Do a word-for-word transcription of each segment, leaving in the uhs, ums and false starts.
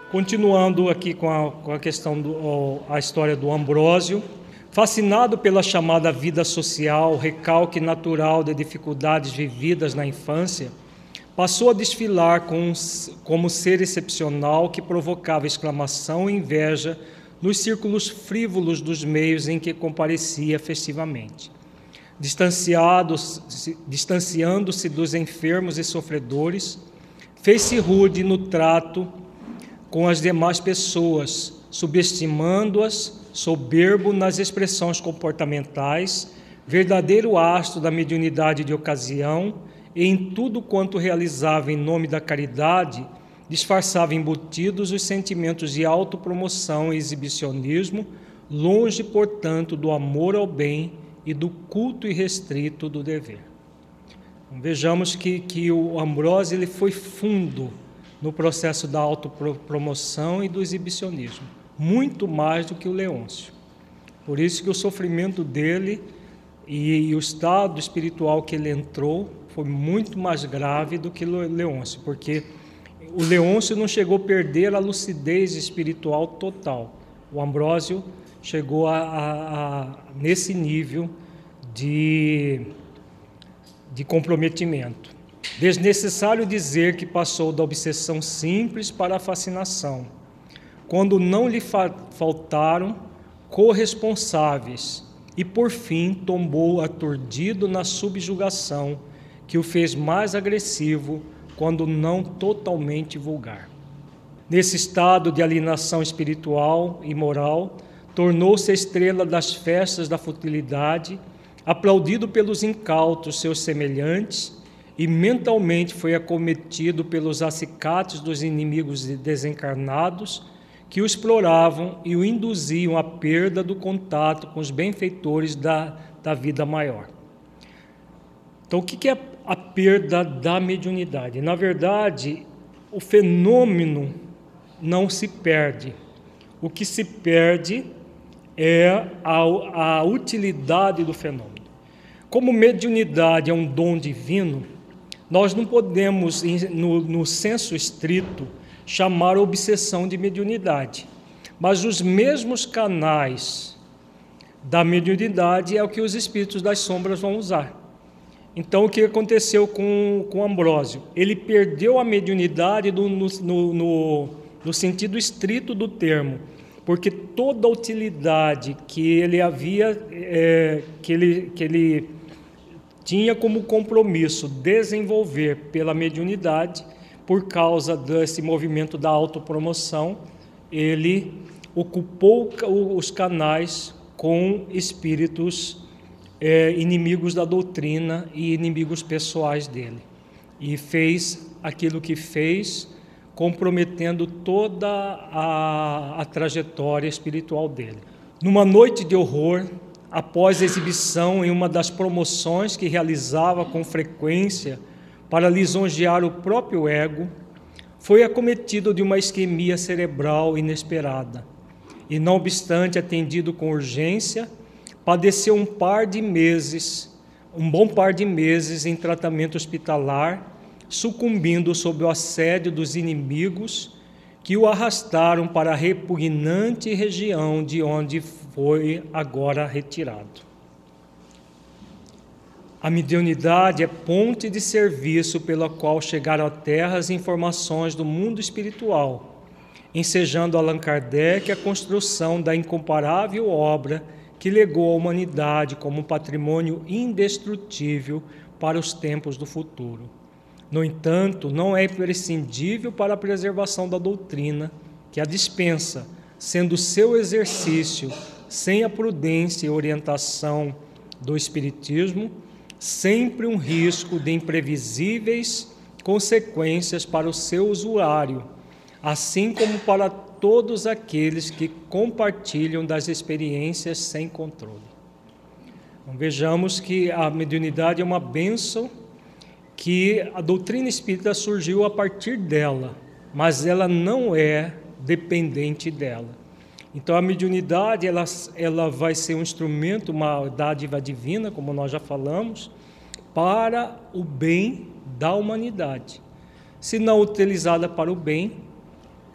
Continuando aqui com a, com a questão do a história do Ambrósio, fascinado pela chamada vida social, recalque natural de dificuldades vividas na infância, passou a desfilar com, como ser excepcional que provocava exclamação e inveja nos círculos frívolos dos meios em que comparecia festivamente. Distanciado-se, distanciando-se dos enfermos e sofredores, fez-se rude no trato com as demais pessoas, subestimando-as, soberbo nas expressões comportamentais, verdadeiro astro da mediunidade de ocasião, e em tudo quanto realizava em nome da caridade, disfarçava embutidos os sentimentos de autopromoção e exibicionismo, longe, portanto, do amor ao bem e do culto irrestrito do dever. Então, vejamos que, que o Ambrósio ele foi fundo no processo da autopromoção e do exibicionismo, muito mais do que o Leôncio. Por isso que o sofrimento dele e, e o estado espiritual que ele entrou foi muito mais grave do que o Leôncio, porque o Leôncio não chegou a perder a lucidez espiritual total. O Ambrósio chegou a, a, a nesse nível de, de comprometimento. Desnecessário dizer que passou da obsessão simples para a fascinação, quando não lhe fa faltaram corresponsáveis, e por fim tombou aturdido na subjugação, que o fez mais agressivo, quando não totalmente vulgar. Nesse estado de alienação espiritual e moral, tornou-se a estrela das festas da futilidade, aplaudido pelos incautos seus semelhantes, e mentalmente foi acometido pelos acicates dos inimigos desencarnados que o exploravam e o induziam à perda do contato com os benfeitores da, da vida maior. Então, o que é a perda da mediunidade? Na verdade, o fenômeno não se perde. O que se perde é a, a utilidade do fenômeno. Como mediunidade é um dom divino, nós não podemos, no, no senso estrito, chamar a obsessão de mediunidade. Mas os mesmos canais da mediunidade é o que os espíritos das sombras vão usar. Então, o que aconteceu com, com Ambrósio? Ele perdeu a mediunidade no, no, no, no sentido estrito do termo, porque toda a utilidade que ele havia, é, que ele... Que ele tinha como compromisso desenvolver pela mediunidade, por causa desse movimento da autopromoção, ele ocupou os canais com espíritos é, inimigos da doutrina e inimigos pessoais dele. E fez aquilo que fez, comprometendo toda a, a trajetória espiritual dele. Numa noite de horror, após a exibição em uma das promoções que realizava com frequência para lisonjear o próprio ego, foi acometido de uma isquemia cerebral inesperada e, não obstante atendido com urgência, padeceu um par de meses, um bom par de meses em tratamento hospitalar, sucumbindo sob o assédio dos inimigos que o arrastaram para a repugnante região de onde foi agora retirado. A mediunidade é ponte de serviço pela qual chegaram à Terra as informações do mundo espiritual, ensejando Allan Kardec a construção da incomparável obra que legou à humanidade como um patrimônio indestrutível para os tempos do futuro. No entanto, não é imprescindível para a preservação da doutrina que a dispensa, sendo seu exercício sem a prudência e orientação do Espiritismo, sempre um risco de imprevisíveis consequências para o seu usuário, assim como para todos aqueles que compartilham das experiências sem controle. Então, vejamos que a mediunidade é uma bênção, que a doutrina espírita surgiu a partir dela, mas ela não é dependente dela. Então, a mediunidade ela, ela vai ser um instrumento, uma dádiva divina, como nós já falamos, para o bem da humanidade. Se não utilizada para o bem,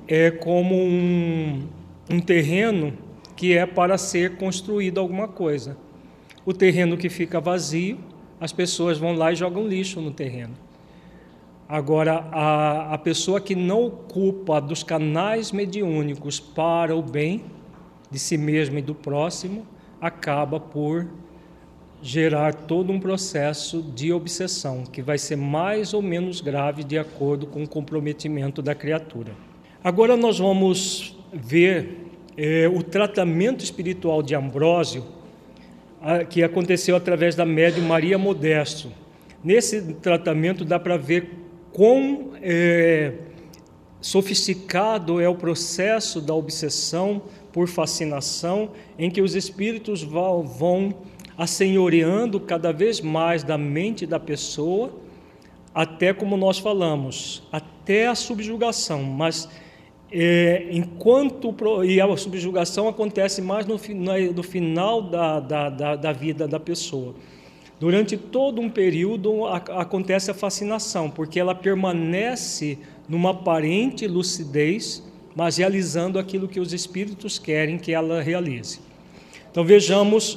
é como um, um terreno que é para ser construído alguma coisa. O terreno que fica vazio, as pessoas vão lá e jogam lixo no terreno. Agora, a, a pessoa que não ocupa dos canais mediúnicos para o bem de si mesmo e do próximo, acaba por gerar todo um processo de obsessão, que vai ser mais ou menos grave de acordo com o comprometimento da criatura. Agora nós vamos ver é, o tratamento espiritual de Ambrósio, a, que aconteceu através da médium Maria Modesto. Nesse tratamento dá para ver quão é, sofisticado é o processo da obsessão por fascinação, em que os espíritos vão, vão assenhoreando cada vez mais da mente da pessoa, até, como nós falamos, até a subjugação. Mas é, enquanto e a subjugação acontece mais no, no final da, da, da, da vida da pessoa. Durante todo um período a, acontece a fascinação, porque ela permanece numa aparente lucidez, mas realizando aquilo que os espíritos querem que ela realize. Então vejamos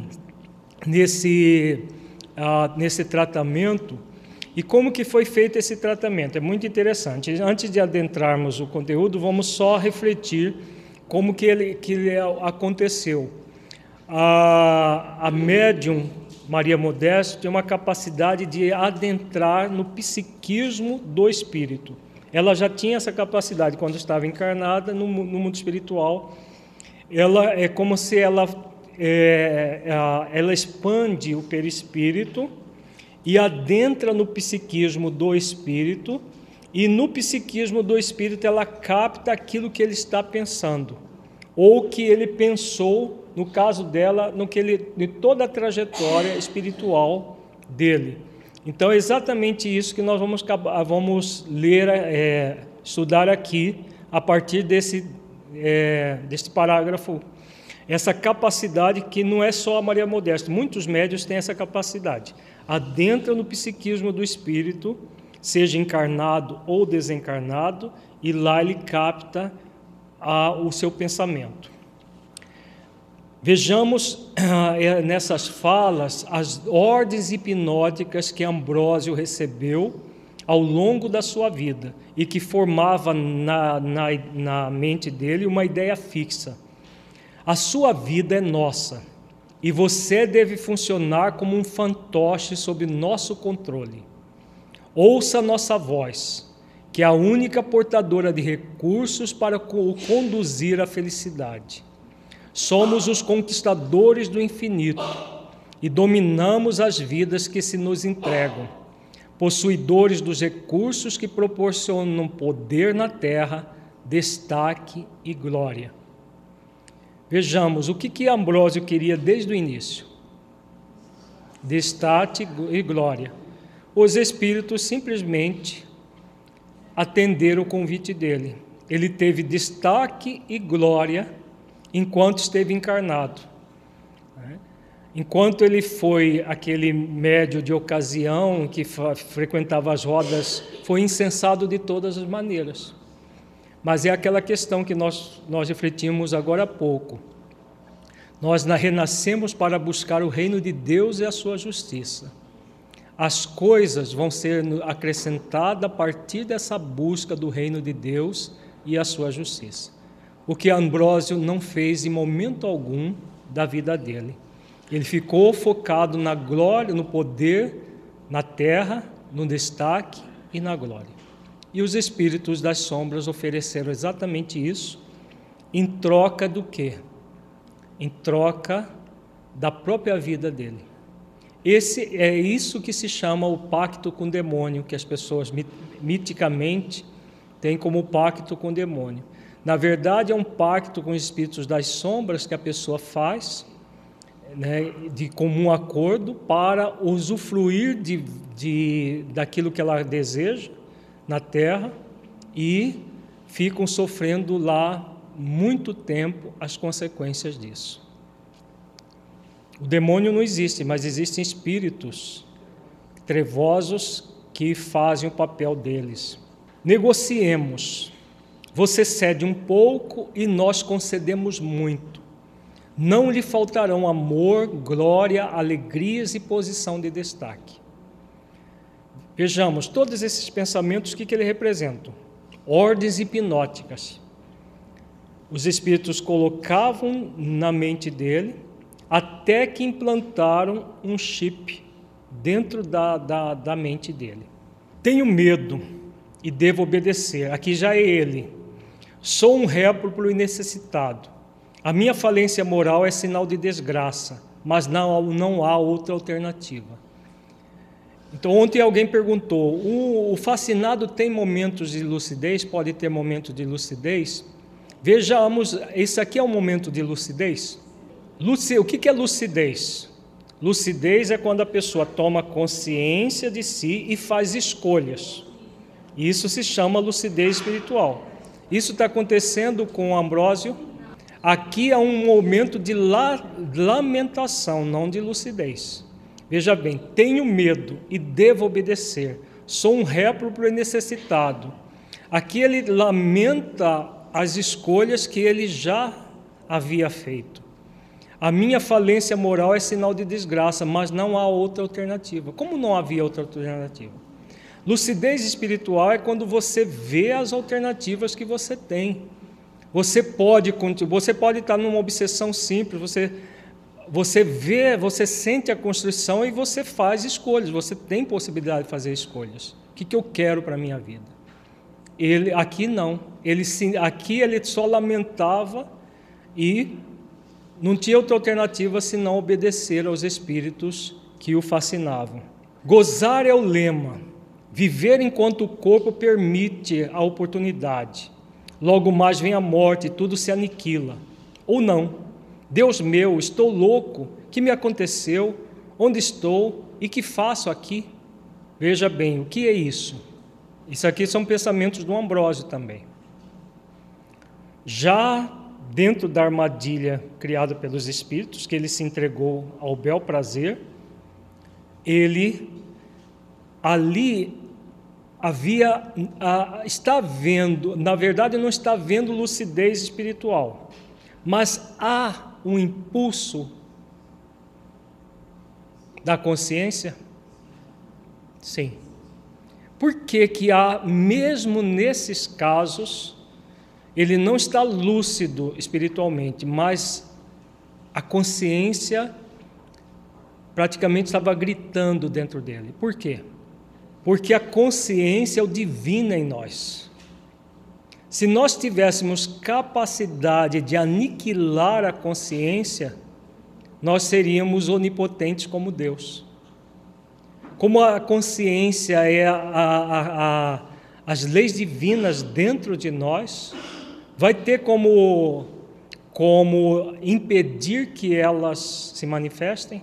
nesse, uh, nesse tratamento e como que foi feito esse tratamento. É muito interessante. Antes de adentrarmos o conteúdo, vamos só refletir como que ele, que ele aconteceu. A, a médium Maria Modesto tem uma capacidade de adentrar no psiquismo do espírito. Ela já tinha essa capacidade quando estava encarnada no, no mundo espiritual. Ela é como se ela, é, ela expande o perispírito e adentra no psiquismo do espírito, e no psiquismo do espírito ela capta aquilo que ele está pensando, ou que ele pensou, no caso dela, no que ele, de toda a trajetória espiritual dele. Então é exatamente isso que nós vamos, vamos ler, é, estudar aqui, a partir desse, é, desse parágrafo, essa capacidade que não é só a Maria Modesto, muitos médiuns têm essa capacidade, adentra no psiquismo do espírito, seja encarnado ou desencarnado, e lá ele capta a, o seu pensamento. Vejamos nessas falas as ordens hipnóticas que Ambrósio recebeu ao longo da sua vida e que formava na, na, na mente dele uma ideia fixa. A sua vida é nossa e você deve funcionar como um fantoche sob nosso controle. Ouça nossa voz, que é a única portadora de recursos para o conduzir à felicidade. Somos os conquistadores do infinito e dominamos as vidas que se nos entregam, possuidores dos recursos que proporcionam poder na terra, destaque e glória. Vejamos o que, que Ambrósio queria desde o início. Destaque e glória. Os espíritos simplesmente atenderam o convite dele. Ele teve destaque e glória enquanto esteve encarnado. Enquanto ele foi aquele médium de ocasião que frequentava as rodas, foi incensado de todas as maneiras. Mas é aquela questão que nós, nós refletimos agora há pouco. Nós renascemos para buscar o reino de Deus e a sua justiça. As coisas vão ser acrescentadas a partir dessa busca do reino de Deus e a sua justiça. O que Ambrósio não fez em momento algum da vida dele. Ele ficou focado na glória, no poder, na terra, no destaque e na glória. E os espíritos das sombras ofereceram exatamente isso, em troca do quê? Em troca da própria vida dele. Esse é isso que se chama o pacto com o demônio, que as pessoas miticamente têm como pacto com o demônio. Na verdade, é um pacto com os espíritos das sombras que a pessoa faz, né, de comum acordo, para usufruir de, de, daquilo que ela deseja na Terra, e ficam sofrendo lá muito tempo as consequências disso. O demônio não existe, mas existem espíritos trevosos que fazem o papel deles. Negociemos. Você cede um pouco e nós concedemos muito. Não lhe faltarão amor, glória, alegrias e posição de destaque. Vejamos, todos esses pensamentos, o que, que ele representam? Ordens hipnóticas. Os espíritos colocavam na mente dele, até que implantaram um chip dentro da, da, da mente dele. Tenho medo e devo obedecer. Aqui já é ele. Sou um réprobo e necessitado. A minha falência moral é sinal de desgraça, mas não, não há outra alternativa. Então, ontem alguém perguntou, o, o fascinado tem momentos de lucidez? Pode ter momentos de lucidez? Vejamos, esse aqui é um momento de lucidez? Luci, o que, que é lucidez? Lucidez é quando a pessoa toma consciência de si e faz escolhas. Isso se chama lucidez espiritual. Isso está acontecendo com o Ambrósio. Aqui é um momento de la, lamentação, não de lucidez. Veja bem, tenho medo e devo obedecer. Sou um réprobo e necessitado. Aqui ele lamenta as escolhas que ele já havia feito. A minha falência moral é sinal de desgraça, mas não há outra alternativa. Como não havia outra alternativa? Lucidez espiritual é quando você vê as alternativas que você tem. Você pode, você pode estar numa obsessão simples, você... Você vê, você sente a construção e você faz escolhas, você tem possibilidade de fazer escolhas. O que, que eu quero para a minha vida? Ele, aqui não, ele, aqui ele só lamentava e não tinha outra alternativa senão obedecer aos espíritos que o fascinavam. Gozar é o lema, viver enquanto o corpo permite a oportunidade. Logo mais vem a morte e tudo se aniquila. Ou não. Deus meu, estou louco, que me aconteceu, onde estou e que faço aqui? Veja bem, o que é isso? Isso aqui são pensamentos do Ambrósio também. Já dentro da armadilha criada pelos espíritos, que ele se entregou ao bel prazer, ele ali havia, a, está vendo, na verdade não está vendo lucidez espiritual, mas há um impulso da consciência? Sim. Por que que há, mesmo nesses casos, ele não está lúcido espiritualmente, mas a consciência praticamente estava gritando dentro dele? Por quê? Porque a consciência é o divino em nós. Se nós tivéssemos capacidade de aniquilar a consciência, nós seríamos onipotentes como Deus. Como a consciência é a, a, a, as leis divinas dentro de nós, vai ter como, como impedir que elas se manifestem?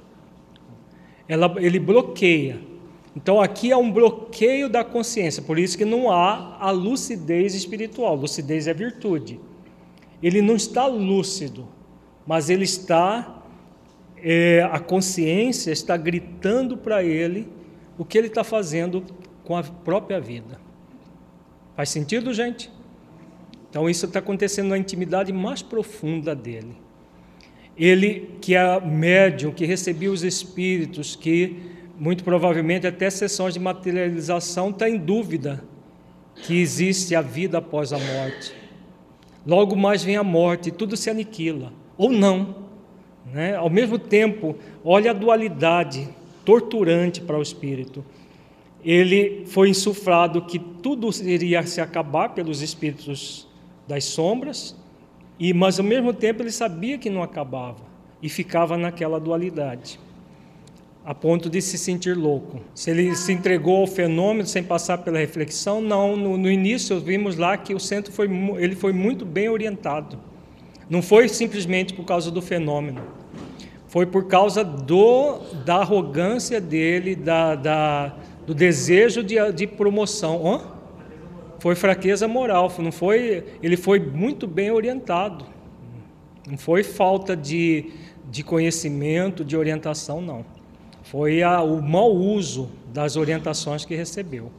Ela, ele bloqueia. Então aqui é um bloqueio da consciência, por isso que não há a lucidez espiritual. Lucidez é virtude. Ele não está lúcido, mas ele está, é, a consciência está gritando para ele o que ele está fazendo com a própria vida. Faz sentido, gente? Então isso está acontecendo na intimidade mais profunda dele. Ele, que é médium, que recebia os espíritos, que muito provavelmente até sessões de materialização está em dúvida que existe a vida após a morte. Logo mais vem a morte e tudo se aniquila, ou não, né? Ao mesmo tempo, olha a dualidade torturante para o espírito. Ele foi insuflado que tudo iria se acabar pelos espíritos das sombras, e, mas ao mesmo tempo ele sabia que não acabava e ficava naquela dualidade, a ponto de se sentir louco. Se ele se entregou ao fenômeno sem passar pela reflexão, não. No, no início vimos lá que o centro foi, ele foi muito bem orientado. Não foi simplesmente por causa do fenômeno, foi por causa do, da arrogância dele, da, da, do desejo de, de promoção. Hã? Foi fraqueza moral, não foi, ele foi muito bem orientado. Não foi falta de, de conhecimento, de orientação, não. Foi a, o mau uso das orientações que recebeu.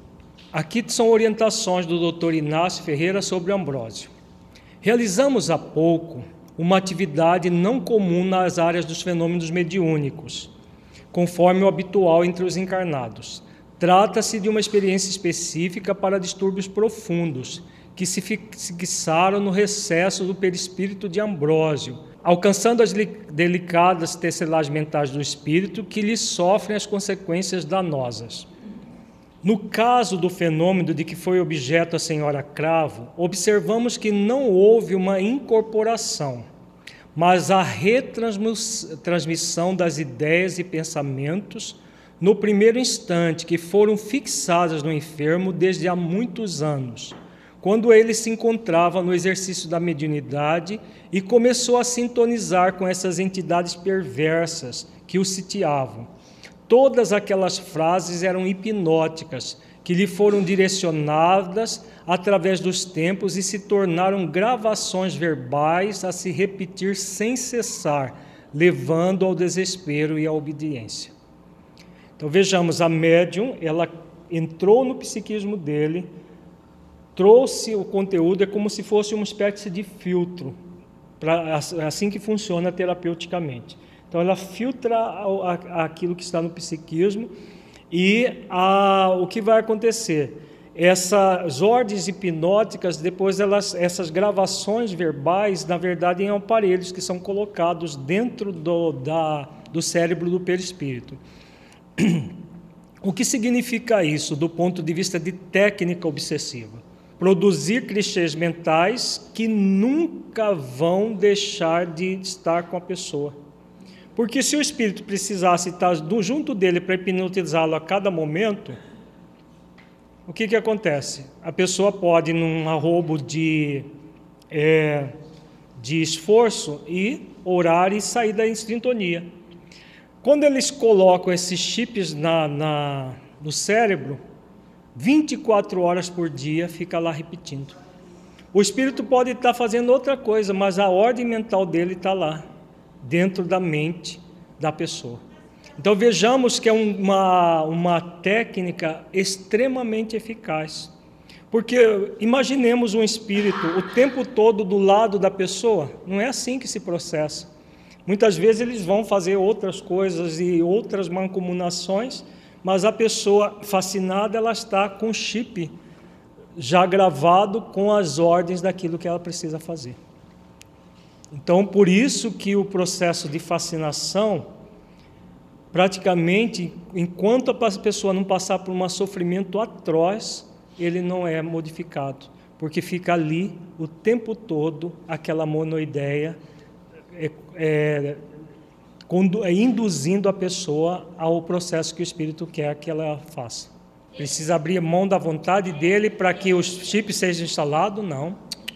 Aqui são orientações do doutor Inácio Ferreira sobre Ambrósio. Realizamos há pouco uma atividade não comum nas áreas dos fenômenos mediúnicos, conforme o habitual entre os encarnados. Trata-se de uma experiência específica para distúrbios profundos, que se fixaram no recesso do perispírito de Ambrósio, alcançando as delicadas tecelagens mentais do espírito que lhe sofrem as consequências danosas. No caso do fenômeno de que foi objeto a senhora Cravo, observamos que não houve uma incorporação, mas a retransmissão das ideias e pensamentos no primeiro instante, que foram fixadas no enfermo desde há muitos anos, quando ele se encontrava no exercício da mediunidade e começou a sintonizar com essas entidades perversas que o sitiavam. Todas aquelas frases eram hipnóticas, que lhe foram direcionadas através dos tempos e se tornaram gravações verbais a se repetir sem cessar, levando ao desespero e à obediência. Então vejamos, a médium, ela entrou no psiquismo dele, trouxe o conteúdo, é como se fosse uma espécie de filtro, pra, assim que funciona terapeuticamente. Então ela filtra aquilo que está no psiquismo e a, o que vai acontecer? Essas ordens hipnóticas, depois elas, essas gravações verbais, na verdade, em aparelhos que são colocados dentro do, da, do cérebro do perispírito. O que significa isso do ponto de vista de técnica obsessiva? Produzir clichês mentais que nunca vão deixar de estar com a pessoa. Porque se o espírito precisasse estar junto dele para hipnotizá-lo a cada momento, o que que acontece? A pessoa pode, num arrobo de, é, de esforço, ir orar e sair da sintonia. Quando eles colocam esses chips na, na, no cérebro, vinte e quatro horas por dia fica lá repetindo. O espírito pode estar fazendo outra coisa, mas a ordem mental dele está lá, dentro da mente da pessoa. Então vejamos que é uma, uma técnica extremamente eficaz. Porque imaginemos um espírito o tempo todo do lado da pessoa, não é assim que se processa. Muitas vezes eles vão fazer outras coisas e outras mancomunações, mas a pessoa fascinada, ela está com o chip já gravado com as ordens daquilo que ela precisa fazer. Então, por isso que o processo de fascinação, praticamente, enquanto a pessoa não passar por um sofrimento atroz, ele não é modificado, porque fica ali o tempo todo aquela monoideia, é, é, é, induzindo a pessoa ao processo que o espírito quer que ela faça. Precisa abrir mão da vontade dele para que o chip seja instalado? Não.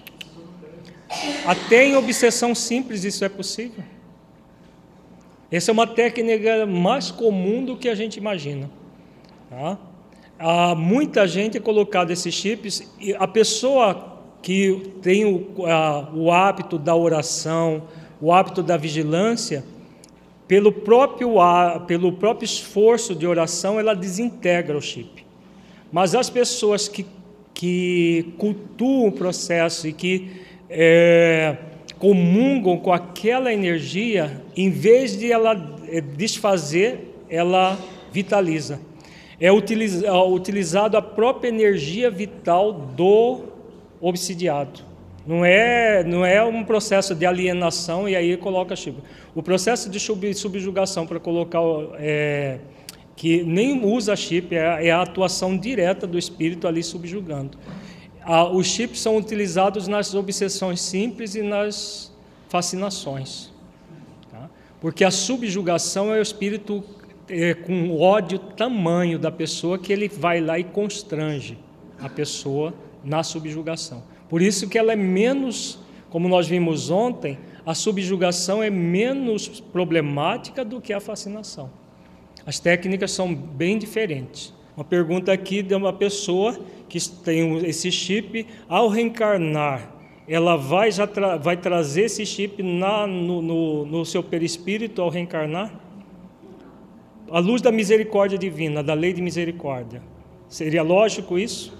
Até em obsessão simples isso é possível. Essa é uma técnica mais comum do que a gente imagina. Tá? Há muita gente colocado esses chips, e a pessoa que tem o, a, o hábito da oração, o hábito da vigilância, pelo próprio, pelo próprio esforço de oração, ela desintegra o chip. Mas as pessoas que, que cultuam o processo e que é, comungam com aquela energia, em vez de ela desfazer, ela vitaliza. É utilizado a própria energia vital do obsidiado. Não é, não é um processo de alienação e aí coloca chip. O processo de subjugação para colocar, é, que nem usa chip, é, é a atuação direta do espírito ali subjugando. Ah, os chips são utilizados nas obsessões simples e nas fascinações. Tá? Porque a subjugação é o espírito é, com ódio tamanho da pessoa que ele vai lá e constrange a pessoa na subjugação. Por isso que ela é menos, como nós vimos ontem, a subjugação é menos problemática do que a fascinação. As técnicas são bem diferentes. Uma pergunta aqui de uma pessoa que tem esse chip, ao reencarnar, ela vai, já tra vai trazer esse chip na, no, no, no seu perispírito ao reencarnar? À luz da misericórdia divina, da lei de misericórdia, Seria lógico isso?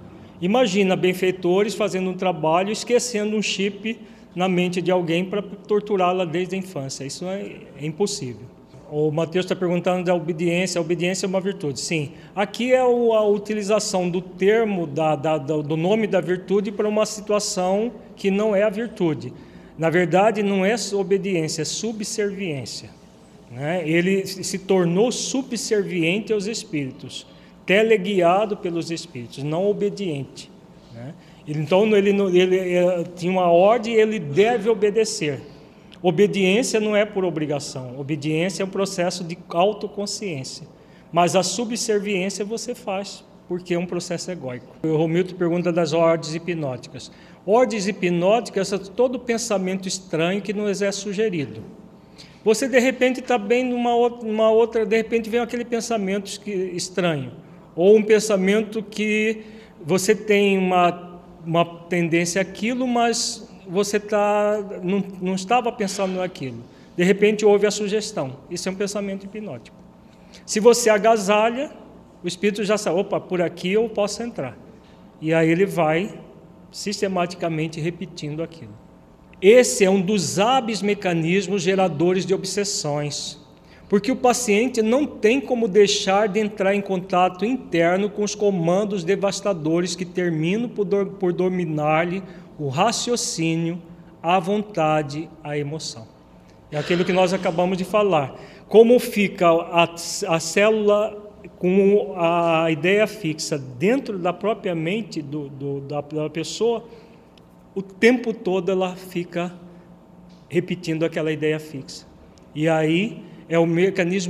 Imagina benfeitores fazendo um trabalho, esquecendo um chip na mente de alguém para torturá-la desde a infância. Isso é, é impossível. O Mateus está perguntando da obediência. A obediência é uma virtude. Sim. Aqui é a utilização do termo, da, da, do nome da virtude para uma situação que não é a virtude. Na verdade, não é obediência, é subserviência. Né? Ele se tornou subserviente aos espíritos, teleguiado pelos espíritos, não obediente. Né? Então, ele, ele, ele tinha uma ordem e ele deve obedecer. Obediência não é por obrigação, obediência é um processo de autoconsciência. Mas a subserviência você faz, porque é um processo egóico. O Romilton pergunta das ordens hipnóticas. Ordens hipnóticas é todo pensamento estranho que nos é sugerido. Você, de repente, está bem numa outra, numa outra, de repente vem aquele pensamento que, estranho. Ou um pensamento que você tem uma... uma tendência àquilo, mas você tá, não, não estava pensando naquilo. De repente houve a sugestão. Isso é um pensamento hipnótico. Se você agasalha, o espírito já sabe, opa, por aqui eu posso entrar. E aí ele vai sistematicamente repetindo aquilo. Esse é um dos hábeis mecanismos geradores de obsessões, porque o paciente não tem como deixar de entrar em contato interno com os comandos devastadores que terminam por, do, por dominar-lhe o raciocínio, a vontade, a emoção. É aquilo que nós acabamos de falar. Como fica a, a célula com a ideia fixa dentro da própria mente do, do, da, da pessoa, o tempo todo ela fica repetindo aquela ideia fixa. E aí é o mecanismo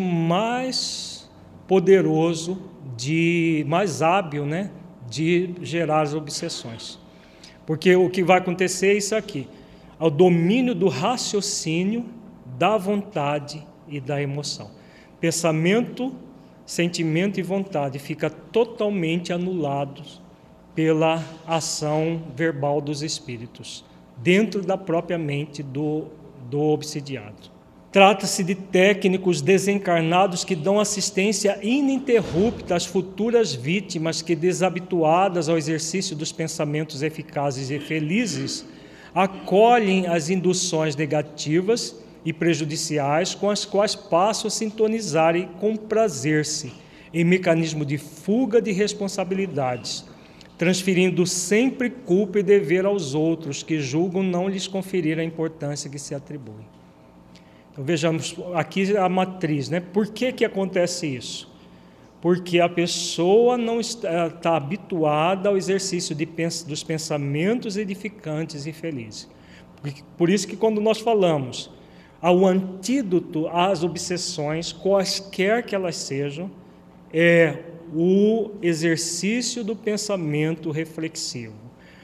mais poderoso, de, mais hábil, né, de gerar as obsessões. Porque o que vai acontecer é isso aqui, o domínio do raciocínio, da vontade e da emoção. Pensamento, sentimento e vontade fica totalmente anulados pela ação verbal dos espíritos, dentro da própria mente do, do obsidiado. Trata-se de técnicos desencarnados que dão assistência ininterrupta às futuras vítimas que, desabituadas ao exercício dos pensamentos eficazes e felizes, acolhem as induções negativas e prejudiciais com as quais passam a sintonizar e comprazer-se em mecanismo de fuga de responsabilidades, transferindo sempre culpa e dever aos outros que julgam não lhes conferir a importância que se atribui. Então, vejamos aqui a matriz, né? Por que que acontece isso? Porque a pessoa não está, está habituada ao exercício de, dos pensamentos edificantes e felizes. Por isso que quando nós falamos ao antídoto às obsessões, quaisquer que elas sejam, é o exercício do pensamento reflexivo,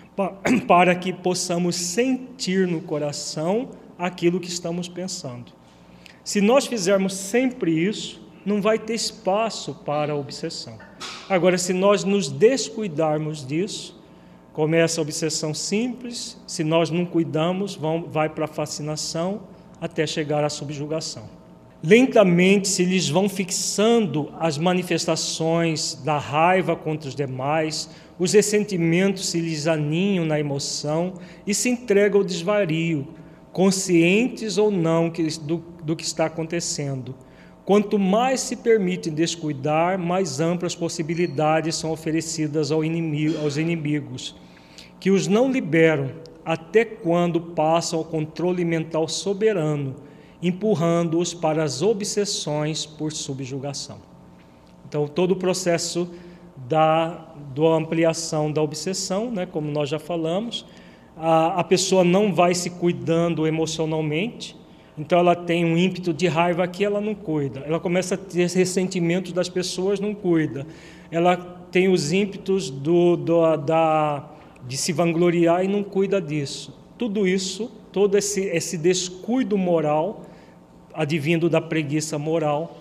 para que possamos sentir no coração aquilo que estamos pensando. Se nós fizermos sempre isso, não vai ter espaço para a obsessão. Agora, se nós nos descuidarmos disso, começa a obsessão simples, se nós não cuidamos, vão, vai para a fascinação, até chegar à subjugação. Lentamente se lhes vão fixando as manifestações da raiva contra os demais, os ressentimentos se lhes aninham na emoção e se entregam ao desvario, conscientes ou não do, do que está acontecendo. Quanto mais se permitem descuidar, mais amplas possibilidades são oferecidas ao inimigo, aos inimigos, que os não liberam, até quando passam ao controle mental soberano, empurrando-os para as obsessões por subjugação. Então, todo o processo da, da ampliação da obsessão, né, como nós já falamos, a, a pessoa não vai se cuidando emocionalmente, então ela tem um ímpeto de raiva aqui, ela não cuida. Ela começa a ter ressentimentos das pessoas, não cuida. Ela tem os ímpetos do, do, da, de se vangloriar e não cuida disso. Tudo isso, todo esse, esse descuido moral, advindo da preguiça moral,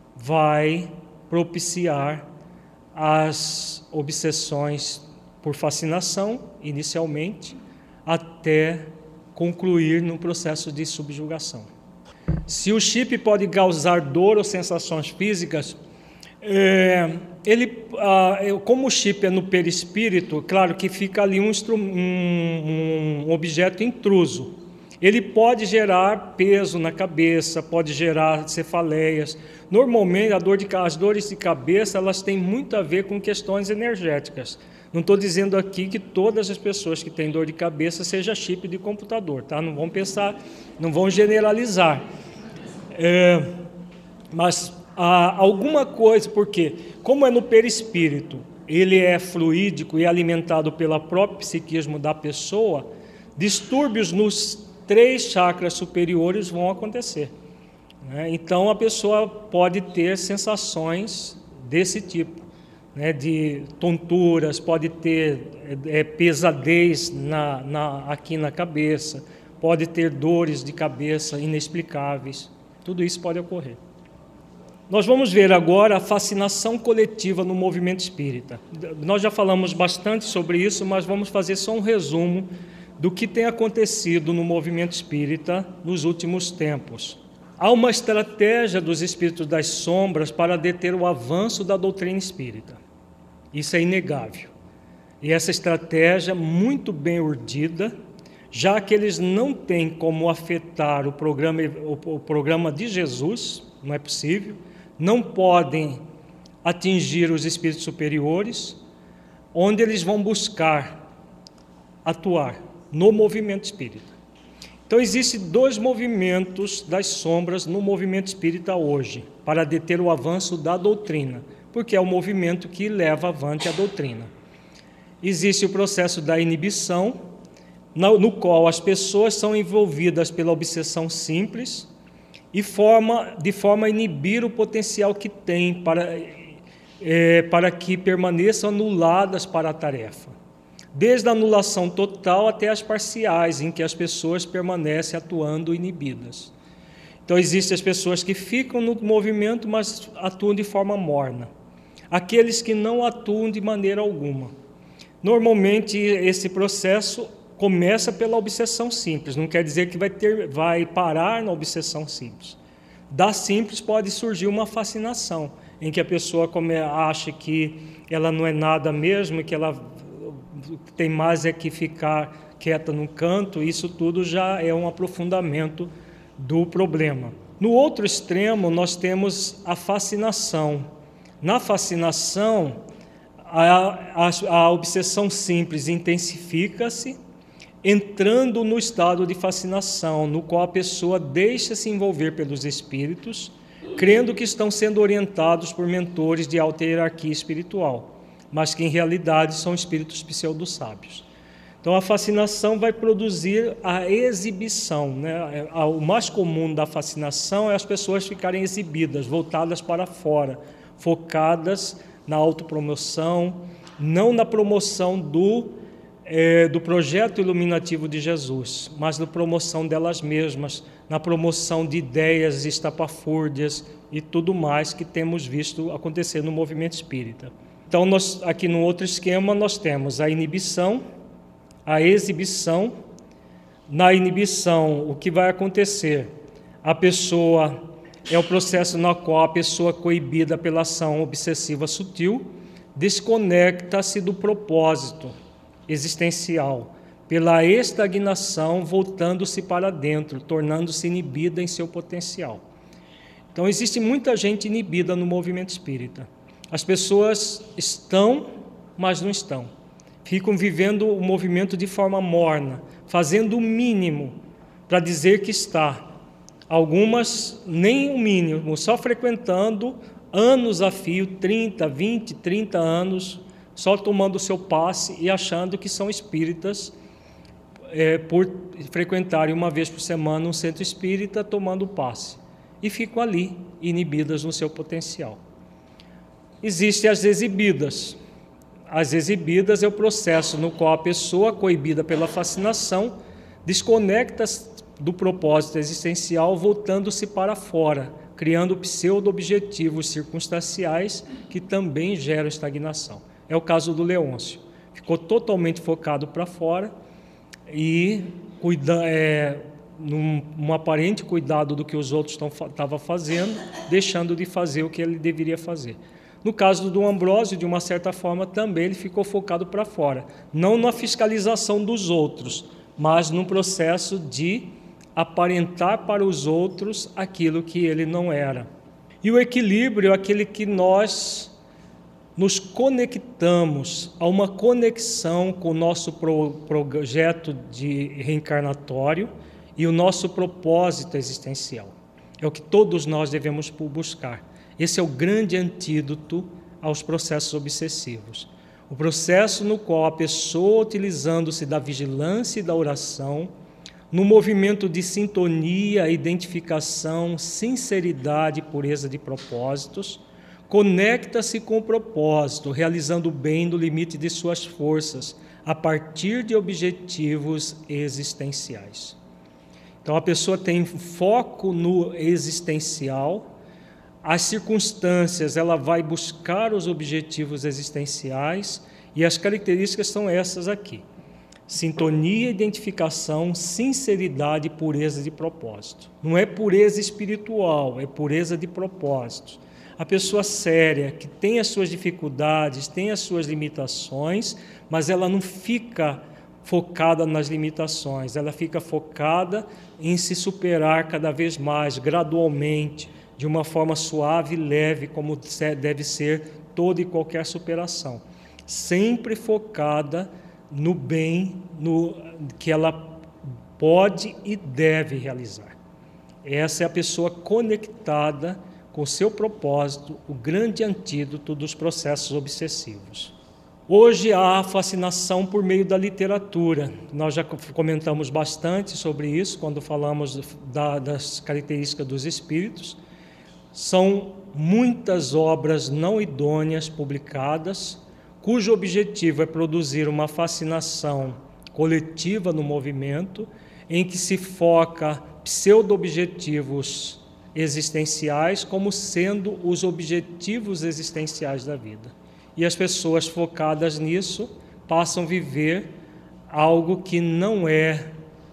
vai propiciar as obsessões por fascinação, inicialmente, até concluir no processo de subjugação. Se o chip pode causar dor ou sensações físicas, É, ele, ah, como o chip é no perispírito, claro que fica ali um, um, um objeto intruso. Ele pode gerar peso na cabeça, pode gerar cefaleias. Normalmente, a dor de, as dores de cabeça elas têm muito a ver com questões energéticas. Não estou dizendo aqui que todas as pessoas que têm dor de cabeça seja chip de computador, tá? Não vão pensar, não vão generalizar. É, mas há alguma coisa, porque como é no perispírito, ele é fluídico e alimentado pelo próprio psiquismo da pessoa, distúrbios nos três chakras superiores vão acontecer, né? Então a pessoa pode ter sensações desse tipo, né, de tonturas, pode ter é, pesadez na, na, aqui na cabeça, pode ter dores de cabeça inexplicáveis, tudo isso pode ocorrer. Nós vamos ver agora a fascinação coletiva no movimento espírita. Nós já falamos bastante sobre isso, mas vamos fazer só um resumo do que tem acontecido no movimento espírita nos últimos tempos. Há uma estratégia dos espíritos das sombras para deter o avanço da doutrina espírita. Isso é inegável. E essa estratégia, muito bem urdida, já que eles não têm como afetar o programa, o programa de Jesus, não é possível, não podem atingir os espíritos superiores, onde eles vão buscar atuar no movimento espírita. Então, existem dois movimentos das sombras no movimento espírita hoje, para deter o avanço da doutrina, porque é o movimento que leva avante a doutrina. Existe o processo da inibição, no qual as pessoas são envolvidas pela obsessão simples e forma, de forma a inibir o potencial que têm para, é, para que permaneçam anuladas para a tarefa. Desde a anulação total até as parciais, em que as pessoas permanecem atuando inibidas. Então, existem as pessoas que ficam no movimento, mas atuam de forma morna. Aqueles que não atuam de maneira alguma. Normalmente, esse processo começa pela obsessão simples, não quer dizer que vai, ter, vai parar na obsessão simples. Da simples pode surgir uma fascinação, em que a pessoa come, acha que ela não é nada mesmo, que ela tem mais é que ficar quieta num canto, isso tudo já é um aprofundamento do problema. No outro extremo, nós temos a fascinação. Na fascinação, a, a, a obsessão simples intensifica-se, entrando no estado de fascinação, no qual a pessoa deixa se envolver pelos espíritos, crendo que estão sendo orientados por mentores de alta hierarquia espiritual, mas que em realidade são espíritos pseudo-sábios. Então a fascinação vai produzir a exibição, né? O mais comum da fascinação é as pessoas ficarem exibidas, voltadas para fora, focadas na autopromoção, não na promoção do É, do projeto iluminativo de Jesus, mas na promoção delas mesmas, na promoção de ideias estapafúrdias e tudo mais que temos visto acontecer no movimento espírita. Então, nós, aqui no outro esquema, nós temos a inibição, a exibição. Na inibição, o que vai acontecer? A pessoa, é o processo no qual a pessoa coibida pela ação obsessiva sutil desconecta-se do propósito existencial, pela estagnação, voltando-se para dentro, tornando-se inibida em seu potencial. Então, existe muita gente inibida no movimento espírita. As pessoas estão, mas não estão. Ficam vivendo o movimento de forma morna, fazendo o mínimo para dizer que está. Algumas nem o mínimo, só frequentando anos a fio, trinta, vinte, trinta anos, só tomando o seu passe e achando que são espíritas é, por frequentarem uma vez por semana um centro espírita tomando o passe. E ficam ali, inibidas no seu potencial. Existem as exibidas. As exibidas é o processo no qual a pessoa, coibida pela fascinação, desconecta-se do propósito existencial, voltando-se para fora, criando pseudo-objetivos circunstanciais que também geram estagnação. É o caso do Leôncio. Ficou totalmente focado para fora e cuida, é, num, num aparente cuidado do que os outros estavam fazendo, deixando de fazer o que ele deveria fazer. No caso do Ambrósio, de uma certa forma, também ele ficou focado para fora, não na fiscalização dos outros, mas no processo de aparentar para os outros aquilo que ele não era. E o equilíbrio é aquele que nós nos conectamos a uma conexão com o nosso pro, projeto de reencarnatório e o nosso propósito existencial. É o que todos nós devemos buscar. Esse é o grande antídoto aos processos obsessivos. O processo no qual a pessoa, utilizando-se da vigilância e da oração, no movimento de sintonia, identificação, sinceridade e pureza de propósitos, conecta-se com o propósito, realizando o bem no limite de suas forças, a partir de objetivos existenciais. Então, a pessoa tem foco no existencial, as circunstâncias, ela vai buscar os objetivos existenciais, e as características são essas aqui: sintonia, identificação, sinceridade e pureza de propósito. Não é pureza espiritual, é pureza de propósitos. A pessoa séria, que tem as suas dificuldades, tem as suas limitações, mas ela não fica focada nas limitações, ela fica focada em se superar cada vez mais, gradualmente, de uma forma suave e leve, como deve ser toda e qualquer superação. Sempre focada no bem no, que ela pode e deve realizar. Essa é a pessoa conectada com o seu propósito, o grande antídoto dos processos obsessivos. Hoje há a fascinação por meio da literatura. Nós já comentamos bastante sobre isso quando falamos da, das características dos espíritos. São muitas obras não idôneas publicadas, cujo objetivo é produzir uma fascinação coletiva no movimento, em que se foca pseudo-objetivos existenciais como sendo os objetivos existenciais da vida. E as pessoas focadas nisso passam a viver algo que não é,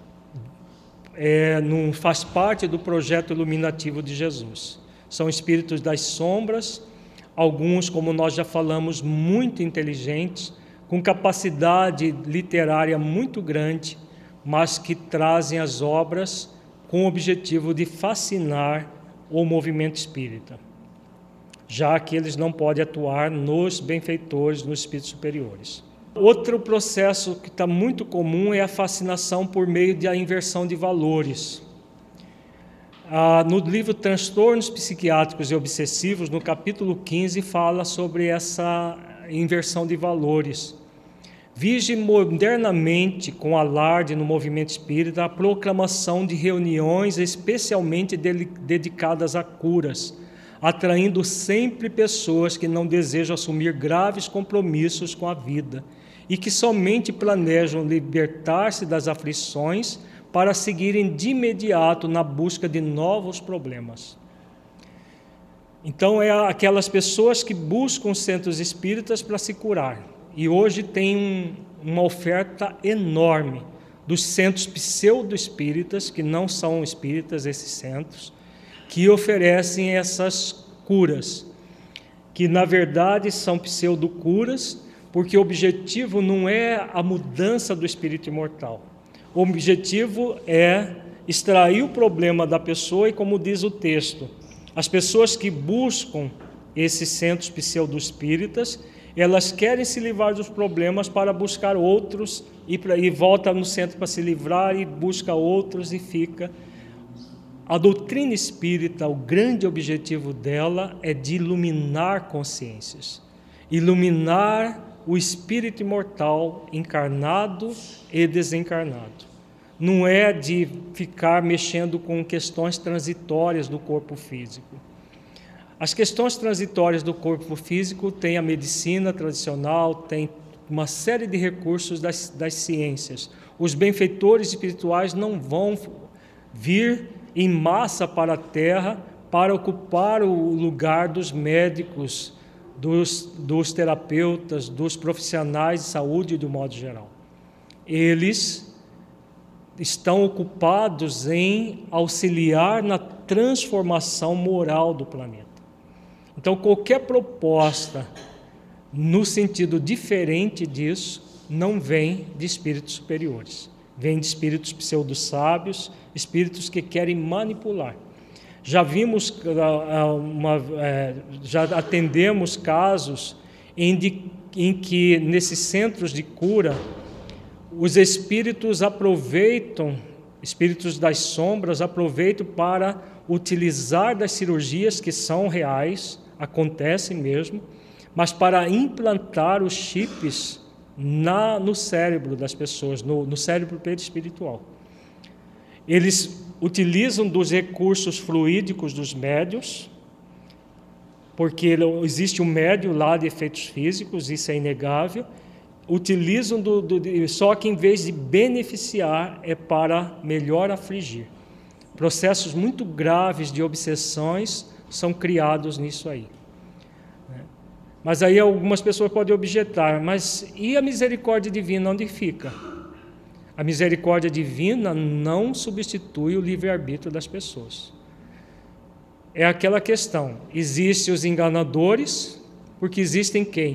é não faz parte do projeto iluminativo de Jesus. São espíritos das sombras, alguns, como nós já falamos, muito inteligentes, com capacidade literária muito grande, mas que trazem as obras com o objetivo de fascinar o movimento espírita, já que eles não podem atuar nos benfeitores, nos espíritos superiores. Outro processo que está muito comum é a fascinação por meio da inversão de valores. Ah, no livro Transtornos Psiquiátricos e Obsessivos, no capítulo quinze, fala sobre essa inversão de valores. Vige modernamente, com alarde no movimento espírita, a proclamação de reuniões especialmente dedicadas a curas, atraindo sempre pessoas que não desejam assumir graves compromissos com a vida e que somente planejam libertar-se das aflições para seguirem de imediato na busca de novos problemas. Então, é aquelas pessoas que buscam centros espíritas para se curar. E hoje tem um, uma oferta enorme dos centros pseudo-espíritas, que não são espíritas, esses centros, que oferecem essas curas, que na verdade são pseudo-curas, porque o objetivo não é a mudança do espírito imortal. O objetivo é extrair o problema da pessoa e, como diz o texto, as pessoas que buscam esses centros pseudo-espíritas, elas querem se livrar dos problemas para buscar outros e, pra, e volta no centro para se livrar e busca outros e fica. A doutrina espírita, o grande objetivo dela é de iluminar consciências, iluminar o espírito imortal encarnado e desencarnado. Não é de ficar mexendo com questões transitórias do corpo físico. As questões transitórias do corpo físico tem a medicina tradicional, tem uma série de recursos das, das ciências. Os benfeitores espirituais não vão vir em massa para a Terra para ocupar o lugar dos médicos, dos, dos terapeutas, dos profissionais de saúde de um modo geral. Eles estão ocupados em auxiliar na transformação moral do planeta. Então, qualquer proposta no sentido diferente disso não vem de espíritos superiores, vem de espíritos pseudo-sábios, espíritos que querem manipular. Já vimos, uma, já atendemos casos em, de, em que, nesses centros de cura, os espíritos aproveitam, espíritos das sombras aproveitam para utilizar das cirurgias que são reais, acontecem mesmo, mas para implantar os chips na, no cérebro das pessoas, no, no cérebro perispiritual. Eles utilizam dos recursos fluídicos dos médios, porque existe um médio lá de efeitos físicos, isso é inegável, utilizam, do, do, só que em vez de beneficiar, é para melhor afligir. Processos muito graves de obsessões são criados nisso aí. Mas aí algumas pessoas podem objetar, mas e a misericórdia divina onde fica? A misericórdia divina não substitui o livre-arbítrio das pessoas. É aquela questão, existem os enganadores, porque existem quem?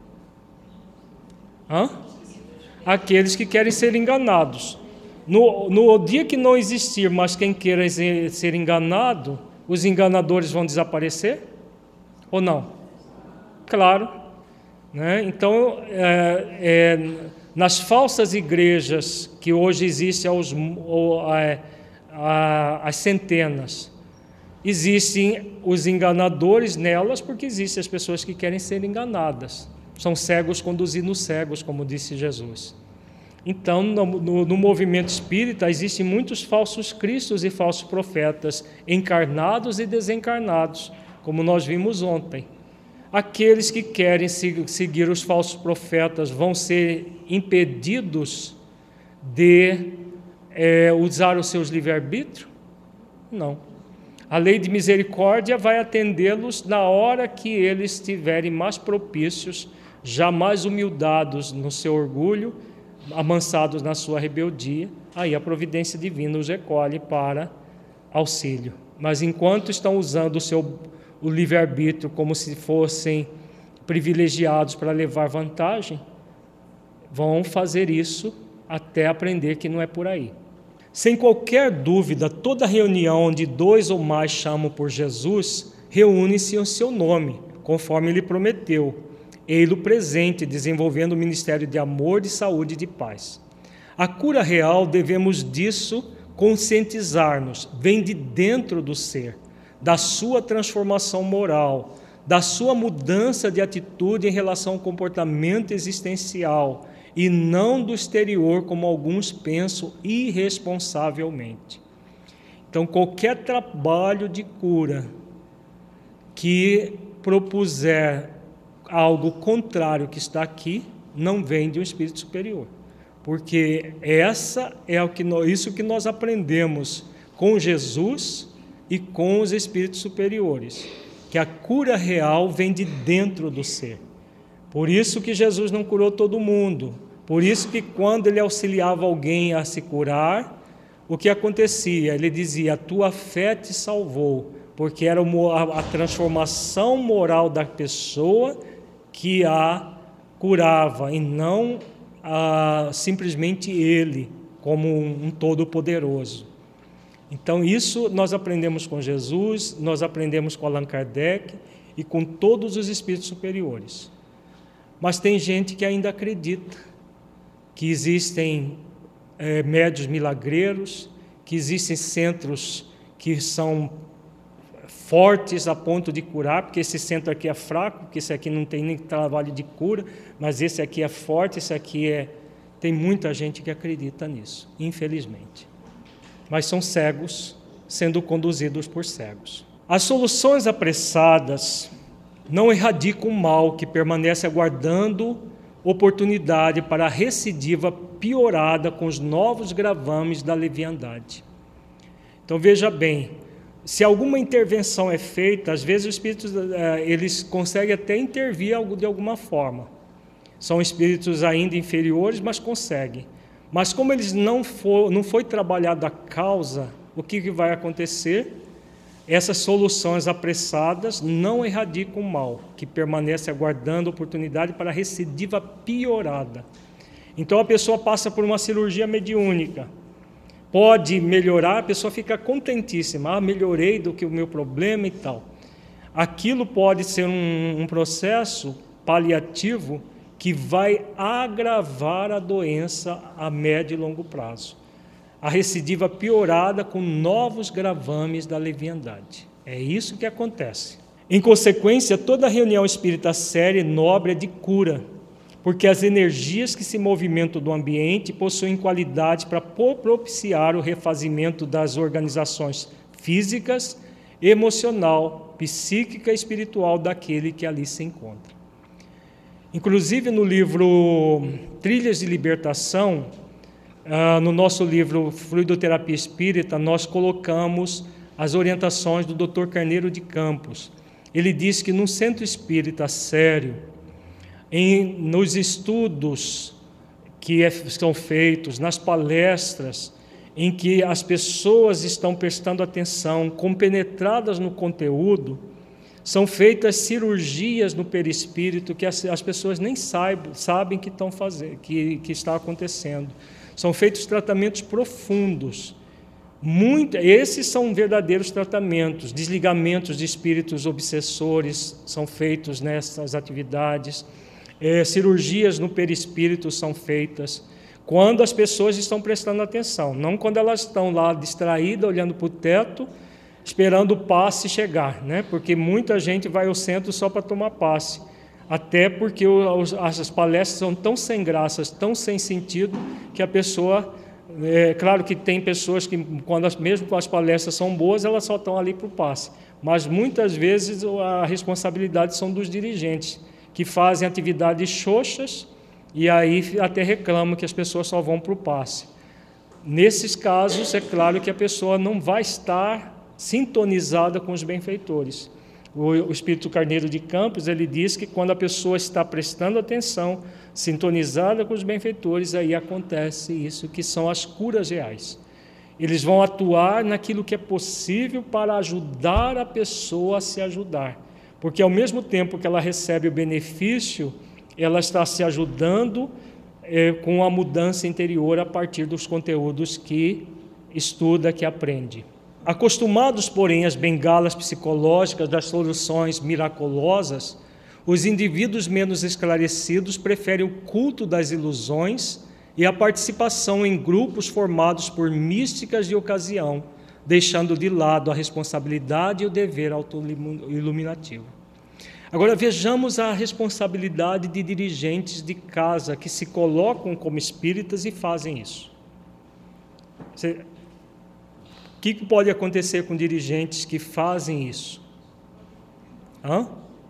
Hã? Aqueles que querem ser enganados. No, no dia que não existir mais quem queira ser enganado, os enganadores vão desaparecer? Ou não? Claro. Né? Então, é, é, nas falsas igrejas que hoje existem aos, ou, é, a, as centenas, existem os enganadores nelas porque existem as pessoas que querem ser enganadas. São cegos conduzindo cegos, como disse Jesus. Então, no, no, no movimento espírita, existem muitos falsos cristos e falsos profetas, encarnados e desencarnados, como nós vimos ontem. Aqueles que querem seguir os falsos profetas vão ser impedidos de é, usar os seus livre-arbítrio? Não. A lei de misericórdia vai atendê-los na hora que eles estiverem mais propícios, já mais humildados no seu orgulho, amansados na sua rebeldia, aí a providência divina os recolhe para auxílio. Mas enquanto estão usando o seu o livre-arbítrio como se fossem privilegiados para levar vantagem, vão fazer isso até aprender que não é por aí. Sem qualquer dúvida, toda reunião onde dois ou mais chamam por Jesus, reúne-se em seu nome, conforme ele prometeu, ele presente, desenvolvendo o ministério de amor, de saúde e de paz. A cura real, devemos disso conscientizar-nos, vem de dentro do ser, da sua transformação moral, da sua mudança de atitude em relação ao comportamento existencial, e não do exterior, como alguns pensam irresponsavelmente. Então, qualquer trabalho de cura que propuser algo contrário que está aqui, não vem de um espírito superior, porque essa é o que nós, isso que nós aprendemos com Jesus e com os espíritos superiores, que a cura real vem de dentro do ser. Por isso que Jesus não curou todo mundo, por isso que quando ele auxiliava alguém a se curar, o que acontecia? Ele dizia, a tua fé te salvou, porque era a transformação moral da pessoa que a curava, e não a, simplesmente ele, como um, um todo-poderoso. Então, isso nós aprendemos com Jesus, nós aprendemos com Allan Kardec e com todos os espíritos superiores. Mas tem gente que ainda acredita que existem é, médios milagreiros, que existem centros que são fortes a ponto de curar, porque esse centro aqui é fraco, porque esse aqui não tem nem trabalho de cura, mas esse aqui é forte, esse aqui é... Tem muita gente que acredita nisso, infelizmente. Mas são cegos sendo conduzidos por cegos. As soluções apressadas não erradicam o mal que permanece aguardando oportunidade para a recidiva piorada com os novos gravames da leviandade. Então veja bem, se alguma intervenção é feita, às vezes os espíritos eles conseguem até intervir de alguma forma. São espíritos ainda inferiores, mas conseguem. Mas como eles não for, não foi trabalhada a causa, o que, que vai acontecer? Essas soluções apressadas não erradicam o mal, que permanece aguardando oportunidade para recidiva piorada. Então a pessoa passa por uma cirurgia mediúnica, pode melhorar, a pessoa fica contentíssima, ah, melhorei do que o meu problema e tal. Aquilo pode ser um, um processo paliativo que vai agravar a doença a médio e longo prazo. A recidiva piorada com novos gravames da leviandade. É isso que acontece. Em consequência, toda reunião espírita séria e nobre é de cura, porque as energias que se movimentam do ambiente possuem qualidade para propiciar o refazimento das organizações físicas, emocional, psíquica e espiritual daquele que ali se encontra. Inclusive no livro Trilhas de Libertação, Uh, no nosso livro Fluidoterapia Espírita, nós colocamos as orientações do doutor Carneiro de Campos. Ele diz que num centro espírita sério, em, nos estudos que é, são feitos, nas palestras, em que as pessoas estão prestando atenção, compenetradas no conteúdo, são feitas cirurgias no perispírito que as, as pessoas nem saibam, sabem que, estão fazendo, que, que está acontecendo. São feitos tratamentos profundos. Muito, esses são verdadeiros tratamentos. Desligamentos de espíritos obsessores são feitos nessas atividades. É, cirurgias no perispírito são feitas quando as pessoas estão prestando atenção, não quando elas estão lá distraídas, olhando para o teto, esperando o passe chegar, né? Porque muita gente vai ao centro só para tomar passe. Até porque os, as palestras são tão sem graças, tão sem sentido, que a pessoa... É claro que tem pessoas que, quando as, mesmo as palestras são boas, elas só estão ali para o passe. Mas, muitas vezes, a responsabilidade são dos dirigentes, que fazem atividades xoxas e aí até reclamam que as pessoas só vão para o passe. Nesses casos, é claro que a pessoa não vai estar sintonizada com os benfeitores. O Espírito Carneiro de Campos, ele diz que quando a pessoa está prestando atenção, sintonizada com os benfeitores, aí acontece isso, que são as curas reais. Eles vão atuar naquilo que é possível para ajudar a pessoa a se ajudar. Porque ao mesmo tempo que ela recebe o benefício, ela está se ajudando é, com a mudança interior a partir dos conteúdos que estuda, que aprende. Acostumados, porém, às bengalas psicológicas das soluções miraculosas, os indivíduos menos esclarecidos preferem o culto das ilusões e a participação em grupos formados por místicas de ocasião, deixando de lado a responsabilidade e o dever autoiluminativo. Agora vejamos a responsabilidade de dirigentes de casa que se colocam como espíritas e fazem isso. Você... O que pode acontecer com dirigentes que fazem isso? Hã?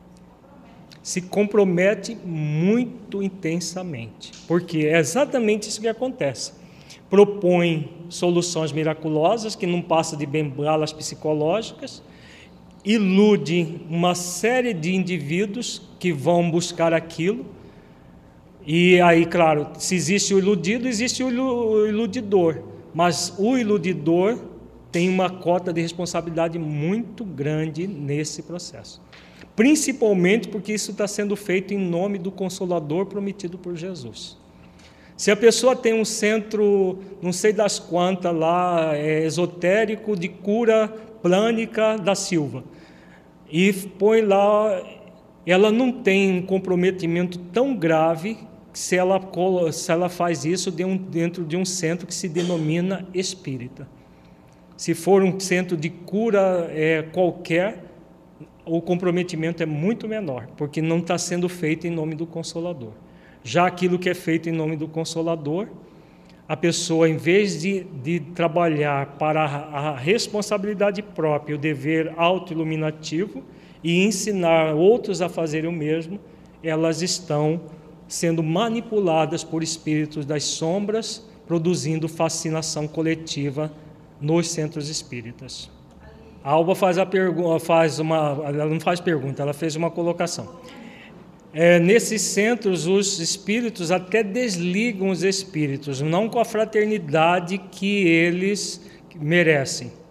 Se compromete muito intensamente, porque é exatamente isso que acontece. Propõe soluções miraculosas que não passam de bengalas psicológicas, ilude uma série de indivíduos que vão buscar aquilo, e aí, claro, se existe o iludido, existe o iludidor, mas o iludidor tem uma cota de responsabilidade muito grande nesse processo. Principalmente porque isso está sendo feito em nome do Consolador prometido por Jesus. Se a pessoa tem um centro, não sei das quantas lá, é, esotérico de cura plânica da Silva, e põe lá, ela não tem um comprometimento tão grave se ela, se ela faz isso dentro de um centro que se denomina espírita. Se for um centro de cura é, qualquer, o comprometimento é muito menor, porque não está sendo feito em nome do Consolador. Já aquilo que é feito em nome do Consolador, a pessoa, em vez de, de trabalhar para a, a responsabilidade própria, o dever autoiluminativo e ensinar outros a fazerem o mesmo, elas estão sendo manipuladas por espíritos das sombras, produzindo fascinação coletiva nos centros espíritas. A Alba faz a pergunta, faz uma, ela não faz pergunta, ela fez uma colocação. É, nesses centros, os espíritos até desligam os espíritos, não com a fraternidade que eles merecem.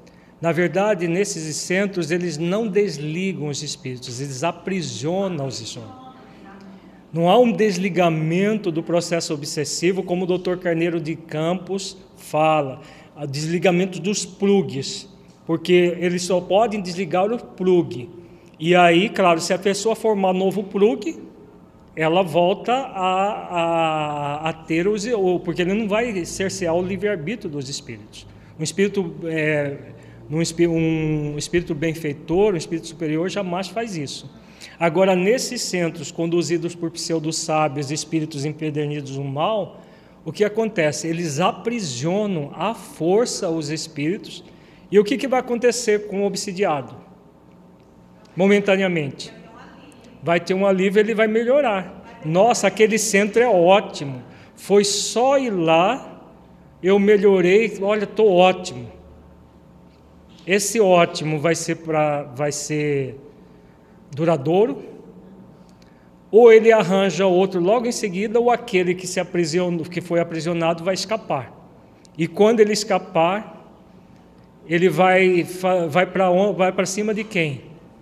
Na verdade, nesses centros, eles não desligam os espíritos, eles aprisionam os espíritos. Não há um desligamento do processo obsessivo, como o doutor Carneiro de Campos fala, o desligamento dos plugs, porque eles só podem desligar o plug. E aí, claro, se a pessoa formar novo plug, ela volta a, a, a ter os... Porque ele não vai cercear o livre-arbítrio dos espíritos. Um espírito, é, um espírito benfeitor, um espírito superior, jamais faz isso. Agora, nesses centros conduzidos por pseudo-sábios, espíritos empedernidos no mal, o que acontece? Eles aprisionam à força os espíritos. E o que, que vai acontecer com o obsidiado? Momentaneamente. Vai ter um alívio, ele vai melhorar. Nossa, aquele centro é ótimo. Foi só ir lá, eu melhorei, olha, estou ótimo. Esse ótimo vai ser, pra, vai ser duradouro, ou ele arranja outro logo em seguida, ou aquele que, se aprisionou, que foi aprisionado vai escapar. E quando ele escapar, ele vai, vai para vai para cima de quem?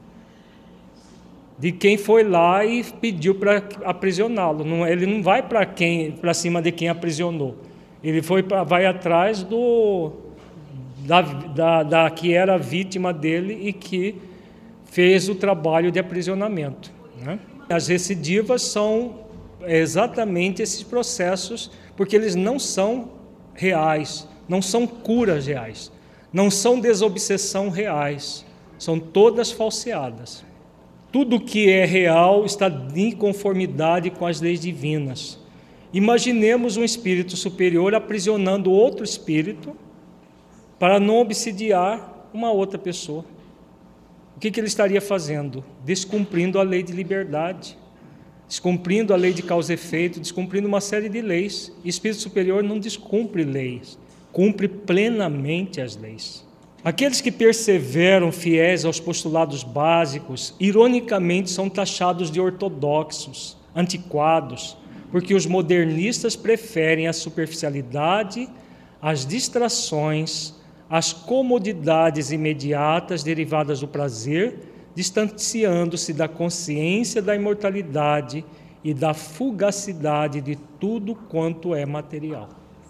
De quem foi lá e pediu para aprisioná-lo. Não, ele não vai para quem, para cima de quem aprisionou. Ele foi pra, vai atrás do da, da, da que era a vítima dele e que fez o trabalho de aprisionamento, né? As recidivas são exatamente esses processos, porque eles não são reais, não são curas reais, não são desobsessão reais, são todas falseadas. Tudo que é real está em conformidade com as leis divinas. Imaginemos um espírito superior aprisionando outro espírito para não obsidiar uma outra pessoa. O que, que ele estaria fazendo? Descumprindo a lei de liberdade, descumprindo a lei de causa e efeito, descumprindo uma série de leis. E o espírito superior não descumpre leis, cumpre plenamente as leis. Aqueles que perseveram fiéis aos postulados básicos, ironicamente são taxados de ortodoxos, antiquados, porque os modernistas preferem a superficialidade, as distrações, as comodidades imediatas derivadas do prazer, distanciando-se da consciência da imortalidade e da fugacidade de tudo quanto é material.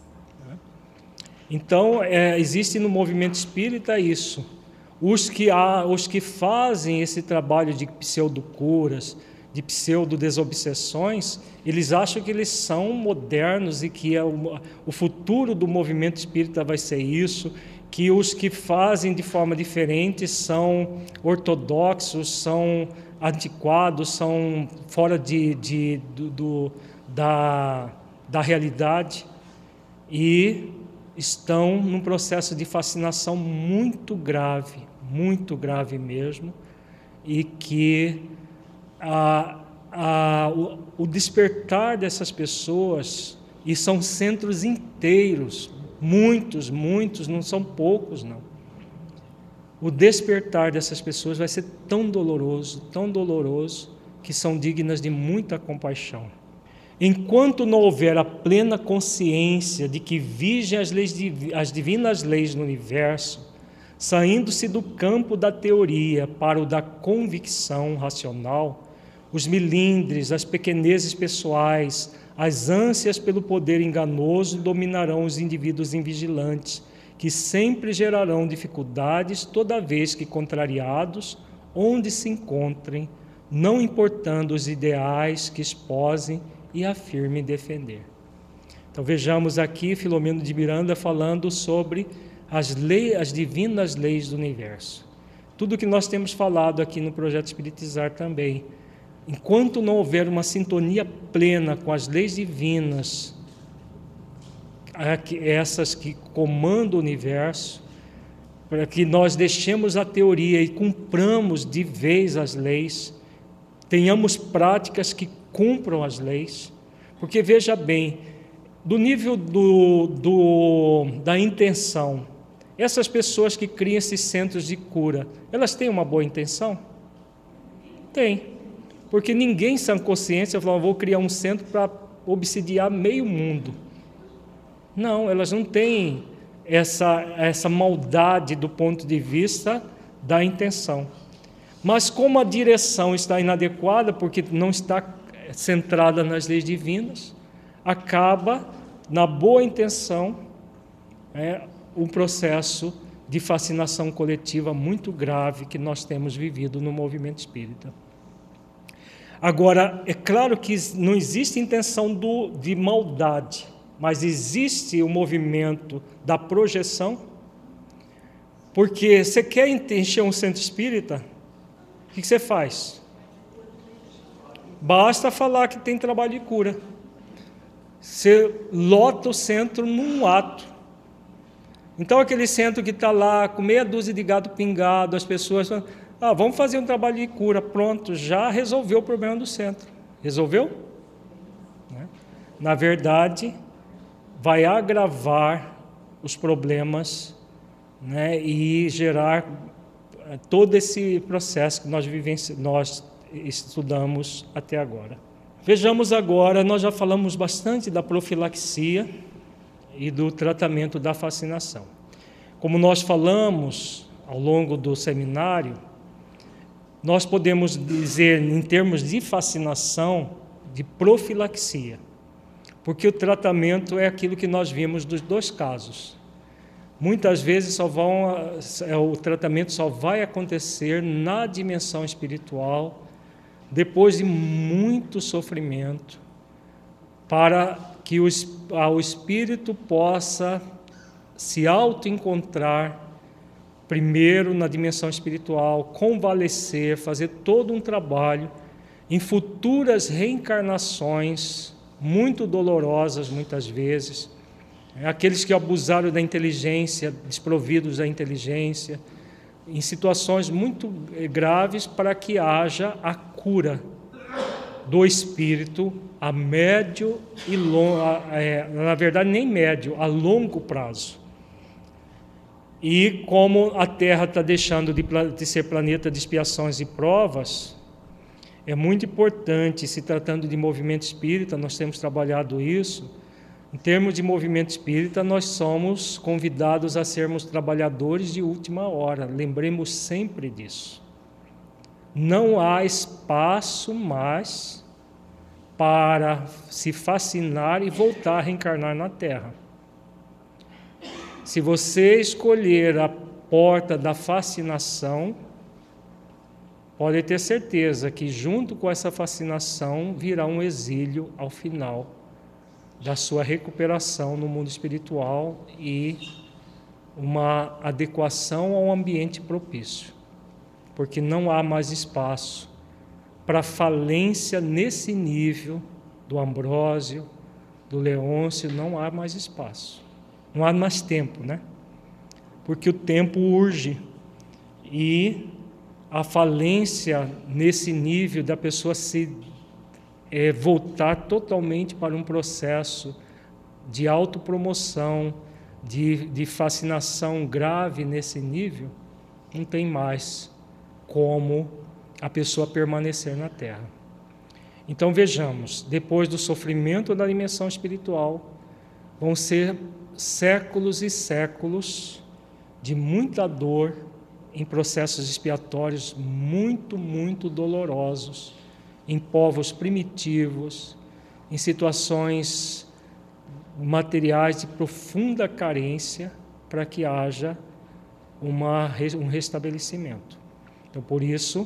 Então, é, existe no movimento espírita isso. Os que, há, os que fazem esse trabalho de pseudo-curas, de pseudo-desobsessões, eles acham que eles são modernos e que é o, o futuro do movimento espírita vai ser isso, que os que fazem de forma diferente são ortodoxos, são antiquados, são fora de, de, do, do, da, da realidade e estão num processo de fascinação muito grave, muito grave mesmo, e que a, a, o, o despertar dessas pessoas, e são centros inteiros, muitos, muitos, não são poucos, não. O despertar dessas pessoas vai ser tão doloroso, tão doloroso, que são dignas de muita compaixão. Enquanto não houver a plena consciência de que vigem as, leis, as divinas leis no universo, saindo-se do campo da teoria para o da convicção racional, os milindres, as pequenezes pessoais, as ânsias pelo poder enganoso dominarão os indivíduos invigilantes, que sempre gerarão dificuldades toda vez que contrariados, onde se encontrem, não importando os ideais que esposem e afirmem defender. Então vejamos aqui Filomeno de Miranda falando sobre as, leis, as divinas leis do universo. Tudo que nós temos falado aqui no Projeto Espiritizar também. Enquanto não houver uma sintonia plena com as leis divinas, essas que comandam o universo, para que nós deixemos a teoria e cumpramos de vez as leis, tenhamos práticas que cumpram as leis, porque veja bem, do nível do, do, da intenção, essas pessoas que criam esses centros de cura, elas têm uma boa intenção? Tem, porque ninguém sem consciência falou, vou criar um centro para obsidiar meio mundo. Não, elas não têm essa, essa maldade do ponto de vista da intenção. Mas como a direção está inadequada, porque não está centrada nas leis divinas, acaba, na boa intenção, é, um processo de fascinação coletiva muito grave que nós temos vivido no movimento espírita. Agora, é claro que não existe intenção do, de maldade, mas existe o movimento da projeção, porque você quer encher um centro espírita, o que você faz? Basta falar que tem trabalho de cura. Você lota o centro num ato. Então, aquele centro que está lá com meia dúzia de gado pingado, as pessoas falam, ah, vamos fazer um trabalho de cura, pronto, já resolveu o problema do centro. Resolveu? Né? Na verdade, vai agravar os problemas, né, e gerar todo esse processo que nós, vivenci... nós estudamos até agora. Vejamos agora, nós já falamos bastante da profilaxia e do tratamento da fascinação. Como nós falamos ao longo do seminário, nós podemos dizer, em termos de fascinação, de profilaxia, porque o tratamento é aquilo que nós vimos dos dois casos. Muitas vezes só vão, o tratamento só vai acontecer na dimensão espiritual, depois de muito sofrimento, para que o, o espírito possa se auto-encontrar primeiro na dimensão espiritual, convalescer, fazer todo um trabalho em futuras reencarnações muito dolorosas muitas vezes, aqueles que abusaram da inteligência, desprovidos da inteligência, em situações muito graves, para que haja a cura do espírito a médio e longo, é, na verdade nem médio, a longo prazo. E como a Terra está deixando de, de ser planeta de expiações e provas, é muito importante, se tratando de movimento espírita, nós temos trabalhado isso. Em termos de movimento espírita, nós somos convidados a sermos trabalhadores de última hora. Lembremos sempre disso. Não há espaço mais para se fascinar e voltar a reencarnar na Terra. Se você escolher a porta da fascinação, pode ter certeza que junto com essa fascinação virá um exílio ao final da sua recuperação no mundo espiritual e uma adequação ao ambiente propício, porque não há mais espaço para falência nesse nível do Ambrósio, do Leôncio, não há mais espaço, não há mais tempo, né? Porque o tempo urge e a falência nesse nível da pessoa se é, voltar totalmente para um processo de autopromoção, de, de fascinação grave nesse nível, não tem mais como a pessoa permanecer na Terra. Então vejamos, depois do sofrimento da dimensão espiritual, vão ser séculos e séculos de muita dor em processos expiatórios muito, muito dolorosos, em povos primitivos, em situações materiais de profunda carência, para que haja uma, um restabelecimento. Então, por isso,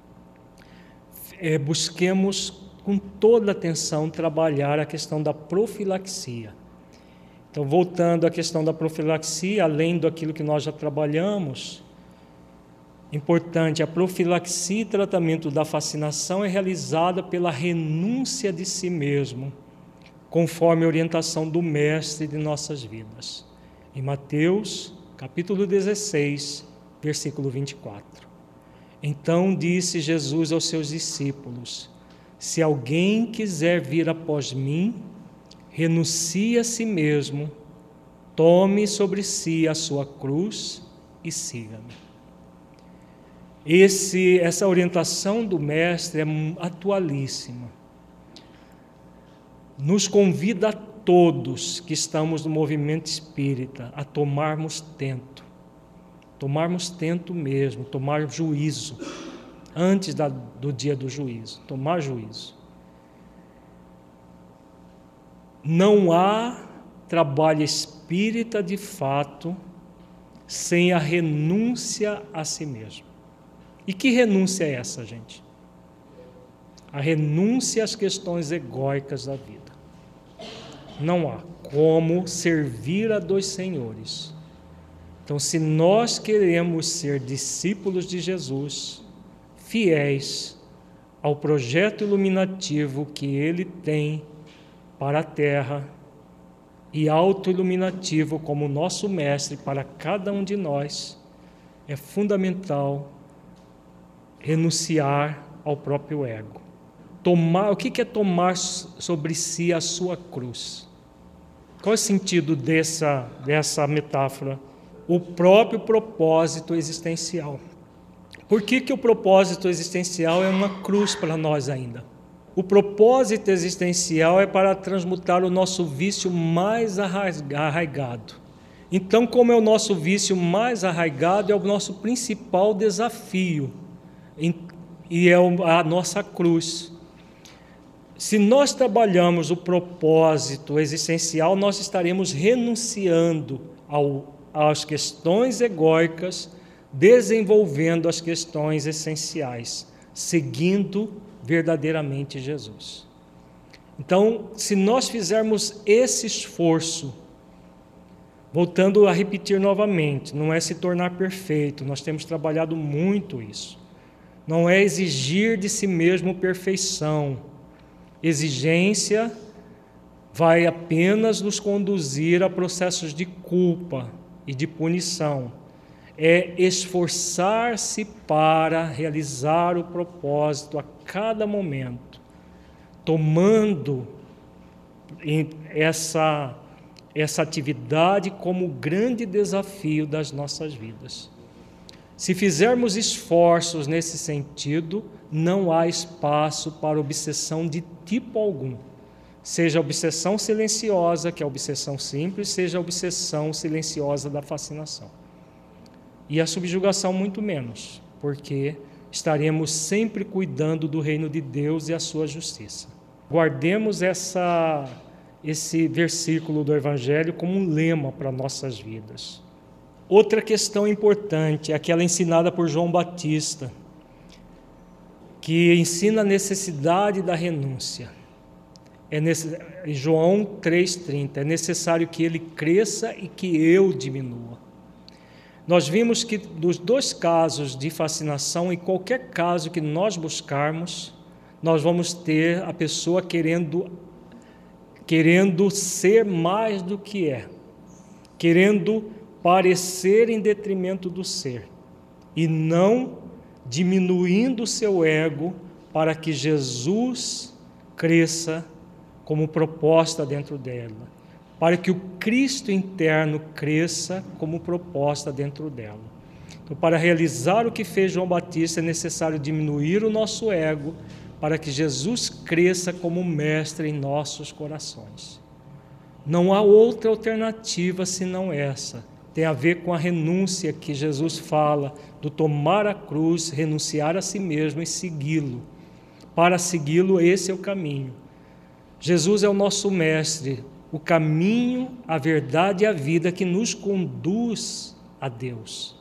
é, busquemos com toda atenção trabalhar a questão da profilaxia. Então, voltando à questão da profilaxia, além daquilo que nós já trabalhamos, importante, a profilaxia e tratamento da fascinação é realizada pela renúncia de si mesmo, conforme a orientação do Mestre de nossas vidas. Em Mateus, capítulo dezesseis, versículo vinte e quatro. Então disse Jesus aos seus discípulos: se alguém quiser vir após mim, renuncie a si mesmo, tome sobre si a sua cruz e siga-me. Esse, essa orientação do Mestre é atualíssima. Nos convida a todos que estamos no movimento espírita a tomarmos tento, tomarmos tento mesmo, tomar juízo, antes da, do dia do juízo, tomar juízo. Não há trabalho espírita de fato sem a renúncia a si mesmo. E que renúncia é essa, gente? A renúncia às questões egóicas da vida. Não há como servir a dois senhores. Então, se nós queremos ser discípulos de Jesus, fiéis ao projeto iluminativo que Ele tem para a Terra e auto-iluminativo como nosso mestre para cada um de nós, é fundamental renunciar ao próprio ego. Tomar, o que é tomar sobre si a sua cruz? Qual é o sentido dessa, dessa metáfora? O próprio propósito existencial. Por que que o propósito existencial é uma cruz para nós ainda? O propósito existencial é para transmutar o nosso vício mais arraigado. Então, como é o nosso vício mais arraigado, é o nosso principal desafio, e é a nossa cruz. Se nós trabalhamos o propósito existencial, nós estaremos renunciando ao, às questões egóicas, desenvolvendo as questões essenciais, seguindo verdadeiramente Jesus. Então, se nós fizermos esse esforço, voltando a repetir novamente, não é se tornar perfeito, nós temos trabalhado muito isso. Não é exigir de si mesmo perfeição. Exigência vai apenas nos conduzir a processos de culpa e de punição. É esforçar-se para realizar o propósito a cada momento, tomando essa, essa atividade como grande desafio das nossas vidas. Se fizermos esforços nesse sentido, não há espaço para obsessão de tipo algum. Seja a obsessão silenciosa, que é a obsessão simples, seja a obsessão silenciosa da fascinação. E a subjugação muito menos, porque estaremos sempre cuidando do reino de Deus e a sua justiça. Guardemos essa, esse versículo do Evangelho como um lema para nossas vidas. Outra questão importante é aquela ensinada por João Batista, que ensina a necessidade da renúncia. É nesse, João três trinta, é necessário que ele cresça e que eu diminua. Nós vimos que dos dois casos de fascinação, em qualquer caso que nós buscarmos, nós vamos ter a pessoa querendo, querendo ser mais do que é, querendo parecer em detrimento do ser, e não diminuindo o seu ego para que Jesus cresça como proposta dentro dela, para que o Cristo interno cresça como proposta dentro dela. Então, para realizar o que fez João Batista, é necessário diminuir o nosso ego para que Jesus cresça como mestre em nossos corações. Não há outra alternativa senão essa. Tem a ver com a renúncia que Jesus fala, do tomar a cruz, renunciar a si mesmo e segui-lo. Para segui-lo, esse é o caminho. Jesus é o nosso mestre, o caminho, a verdade e a vida que nos conduz a Deus.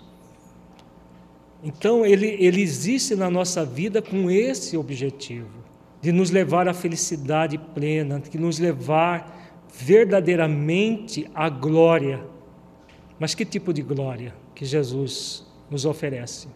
Então, ele, ele existe na nossa vida com esse objetivo, de nos levar à felicidade plena, de nos levar verdadeiramente à glória. Mas que tipo de glória que Jesus nos oferece?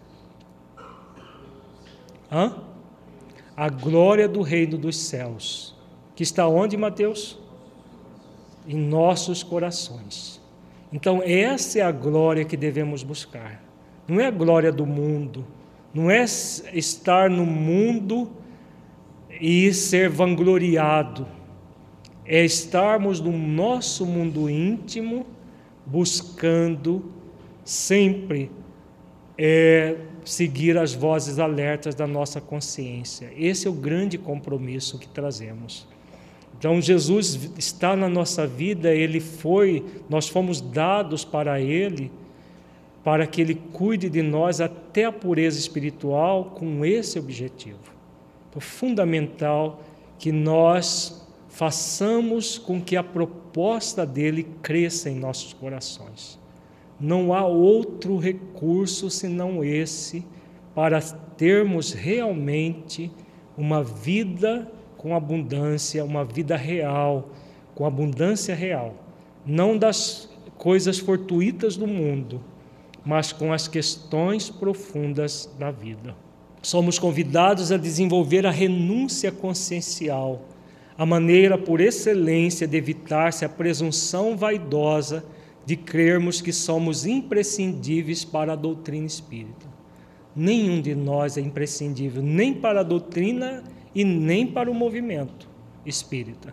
Hã? A glória do reino dos céus, que está onde, Mateus? Em nossos corações. Então, essa é a glória que devemos buscar. Não é a glória do mundo, não é estar no mundo e ser vangloriado, é estarmos no nosso mundo íntimo, buscando sempre é, seguir as vozes alertas da nossa consciência. Esse é o grande compromisso que trazemos. Então Jesus está na nossa vida, ele foi, nós fomos dados para ele, para que ele cuide de nós até a pureza espiritual com esse objetivo. Então, fundamental que nós façamos com que a proposta dele cresça em nossos corações. Não há outro recurso senão esse para termos realmente uma vida com abundância, uma vida real, com abundância real, não das coisas fortuitas do mundo, mas com as questões profundas da vida. Somos convidados a desenvolver a renúncia consciencial, a maneira por excelência de evitar-se a presunção vaidosa de crermos que somos imprescindíveis para a doutrina espírita. Nenhum de nós é imprescindível, nem para a doutrina e nem para o movimento espírita.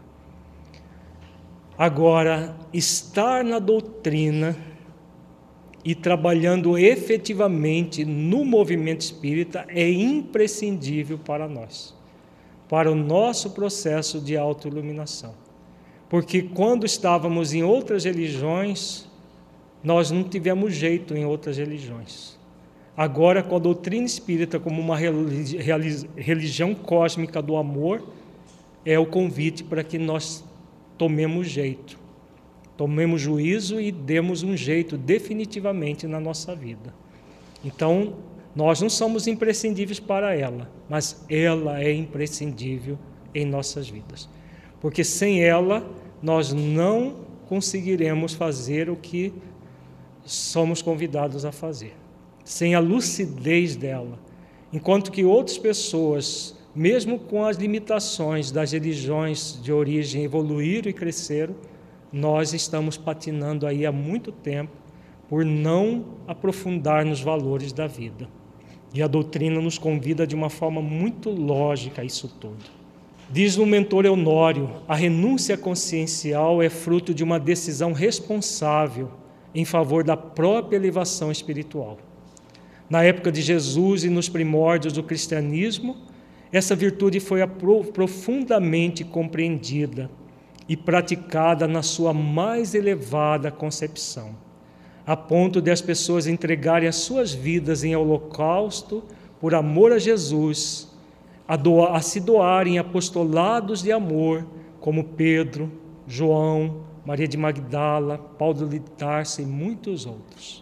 Agora, estar na doutrina e trabalhando efetivamente no movimento espírita é imprescindível para nós, para o nosso processo de autoiluminação. Porque quando estávamos em outras religiões, nós não tivemos jeito em outras religiões. Agora, com a doutrina espírita como uma religião cósmica do amor, é o convite para que nós tomemos jeito, tomemos juízo e demos um jeito definitivamente na nossa vida. Então, nós não somos imprescindíveis para ela, mas ela é imprescindível em nossas vidas. Porque sem ela, nós não conseguiremos fazer o que somos convidados a fazer. Sem a lucidez dela. Enquanto que outras pessoas, mesmo com as limitações das religiões de origem, evoluíram e cresceram, nós estamos patinando aí há muito tempo por não aprofundar nos valores da vida. E a doutrina nos convida de uma forma muito lógica a isso tudo. Diz o mentor Eunório, a renúncia consciencial é fruto de uma decisão responsável em favor da própria elevação espiritual. Na época de Jesus e nos primórdios do cristianismo, essa virtude foi profundamente compreendida e praticada na sua mais elevada concepção, a ponto de as pessoas entregarem as suas vidas em holocausto por amor a Jesus, a, doar, a se doarem apostolados de amor, como Pedro, João, Maria de Magdala, Paulo de Tarso e muitos outros.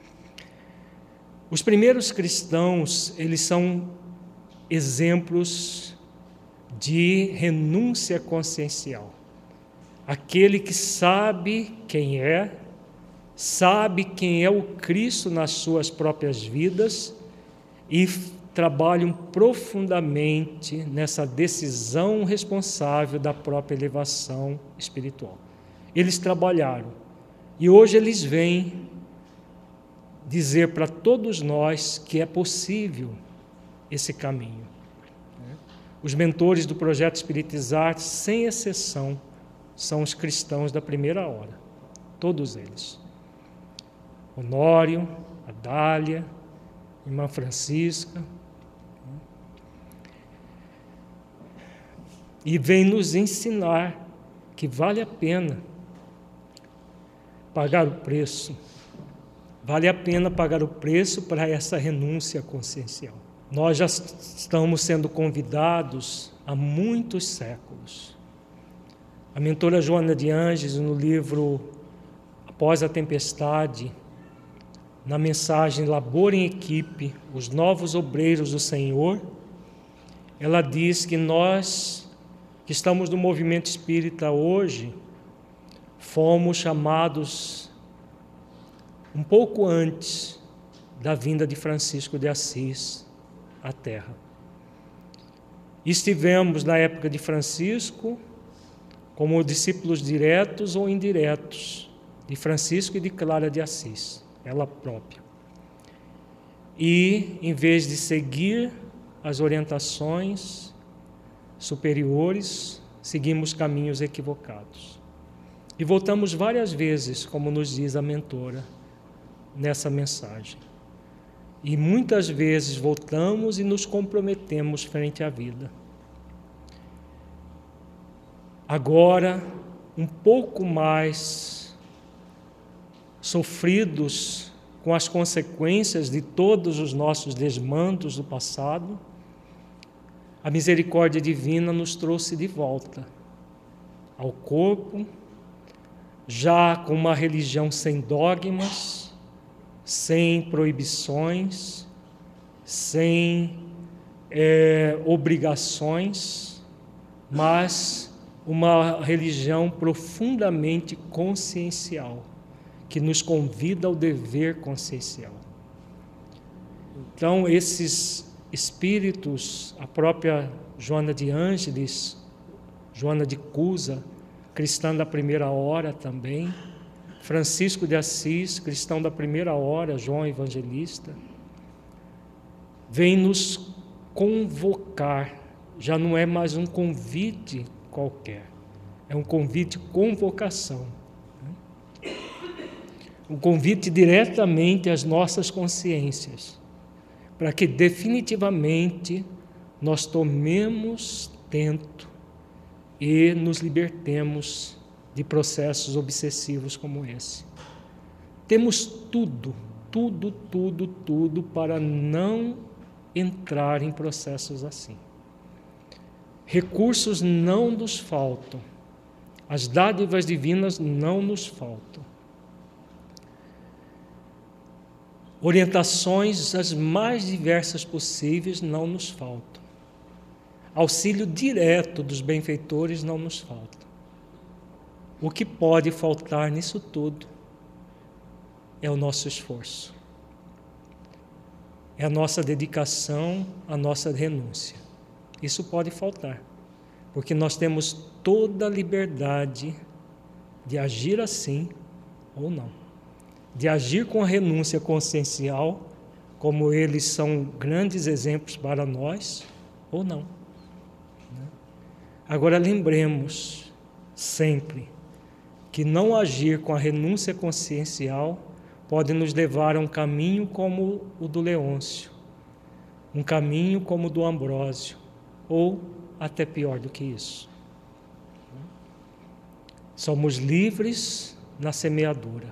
Os primeiros cristãos, eles são exemplos de renúncia consciencial. Aquele que sabe quem é, sabe quem é o Cristo nas suas próprias vidas e trabalham profundamente nessa decisão responsável da própria elevação espiritual. Eles trabalharam e hoje eles vêm dizer para todos nós que é possível esse caminho. Os mentores do projeto Espiritizar, sem exceção, são os cristãos da primeira hora, todos eles. Honório, Adália, Irmã Francisca. E vem nos ensinar que vale a pena pagar o preço. Vale a pena pagar o preço para essa renúncia consciencial. Nós já estamos sendo convidados há muitos séculos. A mentora Joana de Ângeles, no livro Após a Tempestade, na mensagem Labor em Equipe, os novos obreiros do Senhor, ela diz que nós, que estamos no movimento espírita hoje, fomos chamados um pouco antes da vinda de Francisco de Assis à Terra. Estivemos na época de Francisco como discípulos diretos ou indiretos de Francisco e de Clara de Assis, ela própria. E, em vez de seguir as orientações superiores, seguimos caminhos equivocados. E voltamos várias vezes, como nos diz a mentora, nessa mensagem. E muitas vezes voltamos e nos comprometemos frente à vida. agora um pouco mais sofridos com as consequências de todos os nossos desmandos do passado, a misericórdia divina nos trouxe de volta ao corpo, já com uma religião sem dogmas, sem proibições, sem é, obrigações, mas uma religião profundamente consciencial, que nos convida ao dever consciencial. Então, esses espíritos, a própria Joana de Ângeles, Joana de Cusa, cristã da primeira hora também, Francisco de Assis, cristão da primeira hora, João Evangelista, vem nos convocar, já não é mais um convite qualquer, é um convite com vocação. Um convite diretamente às nossas consciências, para que definitivamente nós tomemos tento e nos libertemos de processos obsessivos como esse. Temos tudo, tudo, tudo, tudo para não entrar em processos assim. Recursos não nos faltam, as dádivas divinas não nos faltam. Orientações as mais diversas possíveis não nos faltam. Auxílio direto dos benfeitores não nos falta. O que pode faltar nisso tudo é o nosso esforço. É a nossa dedicação, a nossa renúncia. Isso pode faltar, porque nós temos toda a liberdade de agir assim ou não. De agir com a renúncia consciencial, como eles são grandes exemplos para nós, ou não. Agora lembremos sempre que não agir com a renúncia consciencial pode nos levar a um caminho como o do Leôncio, um caminho como o do Ambrósio, ou até pior do que isso. Somos livres na semeadura,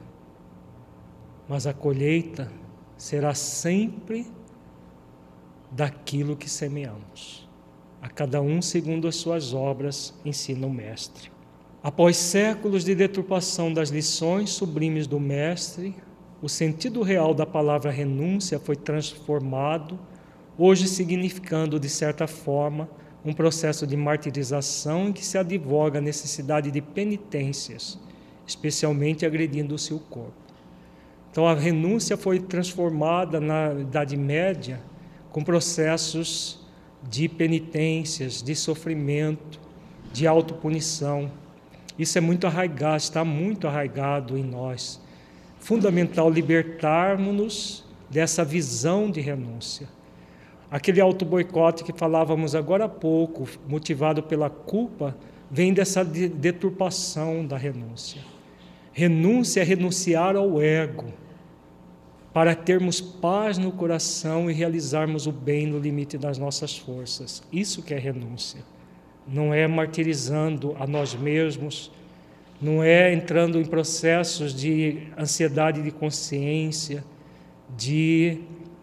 mas a colheita será sempre daquilo que semeamos. A cada um segundo as suas obras, ensina o Mestre. Após séculos de deturpação das lições sublimes do Mestre, o sentido real da palavra renúncia foi transformado, hoje significando, de certa forma, um processo de martirização em que se advoga a necessidade de penitências, especialmente agredindo o seu corpo. Então, a renúncia foi transformada na Idade Média com processos de penitências, de sofrimento, de autopunição. Isso é muito arraigado, está muito arraigado em nós. Fundamental libertarmos-nos dessa visão de renúncia. Aquele auto-boicote que falávamos agora há pouco, motivado pela culpa, vem dessa deturpação da renúncia. Renúncia é renunciar ao ego, para termos paz no coração e realizarmos o bem no limite das nossas forças. Isso que é renúncia. Não é martirizando a nós mesmos, não é entrando em processos de ansiedade de consciência, de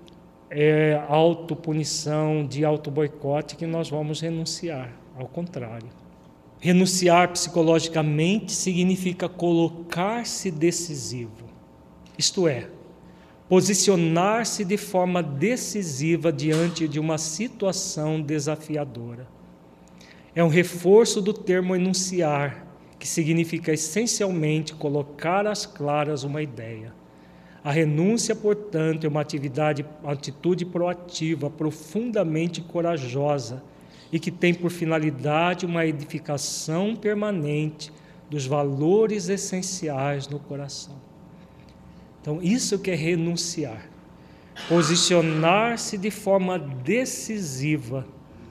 é, autopunição, de autoboicote que nós vamos renunciar. Ao contrário. Renunciar psicologicamente significa colocar-se decisivo. Isto é, posicionar-se de forma decisiva diante de uma situação desafiadora. É um reforço do termo enunciar, que significa essencialmente colocar às claras uma ideia. A renúncia, portanto, é uma atividade, uma atitude proativa, profundamente corajosa e que tem por finalidade uma edificação permanente dos valores essenciais no coração. Então, isso que é renunciar, posicionar-se de forma decisiva.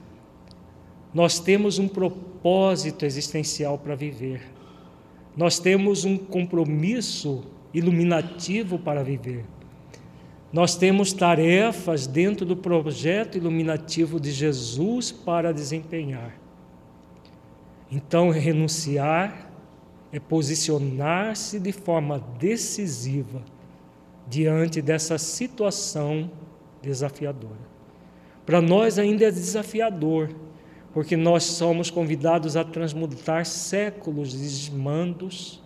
Nós temos um propósito existencial para viver, nós temos um compromisso iluminativo para viver, nós temos tarefas dentro do projeto iluminativo de Jesus para desempenhar. Então, renunciar é posicionar-se de forma decisiva diante dessa situação desafiadora. Para nós ainda é desafiador, porque nós somos convidados a transmutar séculos de desmandos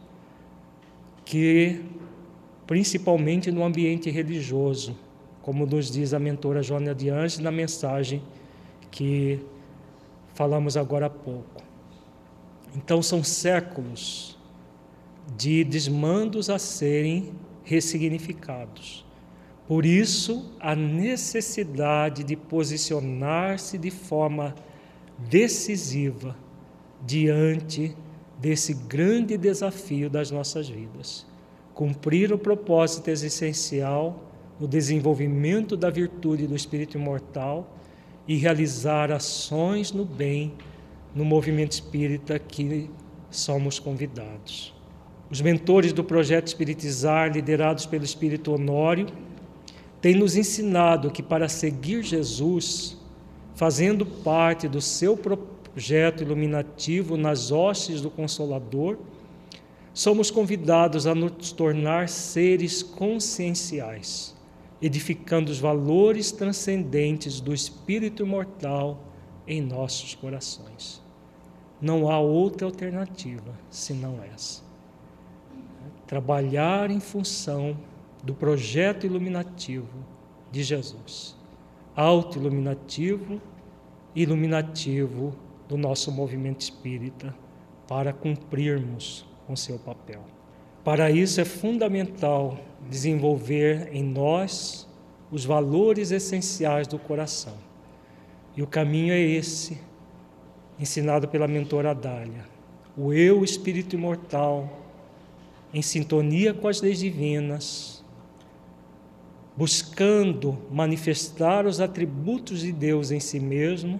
que, principalmente no ambiente religioso, como nos diz a mentora Joana de Anjos na mensagem que falamos agora há pouco. Então são séculos de desmandos a serem ressignificados. Por isso, a necessidade de posicionar-se de forma decisiva diante desse grande desafio das nossas vidas. Cumprir o propósito existencial no desenvolvimento da virtude do espírito imortal e realizar ações no bem no movimento espírita que somos convidados. Os mentores do projeto Espiritizar, liderados pelo Espírito Honório, têm nos ensinado que para seguir Jesus, fazendo parte do seu projeto iluminativo nas hostes do Consolador, somos convidados a nos tornar seres conscienciais, edificando os valores transcendentes do Espírito imortal em nossos corações. Não há outra alternativa senão essa. Trabalhar em função do projeto iluminativo de Jesus, auto-iluminativo e iluminativo do nosso movimento espírita, para cumprirmos com seu papel. Para isso é fundamental desenvolver em nós os valores essenciais do coração. E o caminho é esse, ensinado pela mentora Adália. O eu, espírito imortal, em sintonia com as leis divinas, buscando manifestar os atributos de Deus em si mesmo,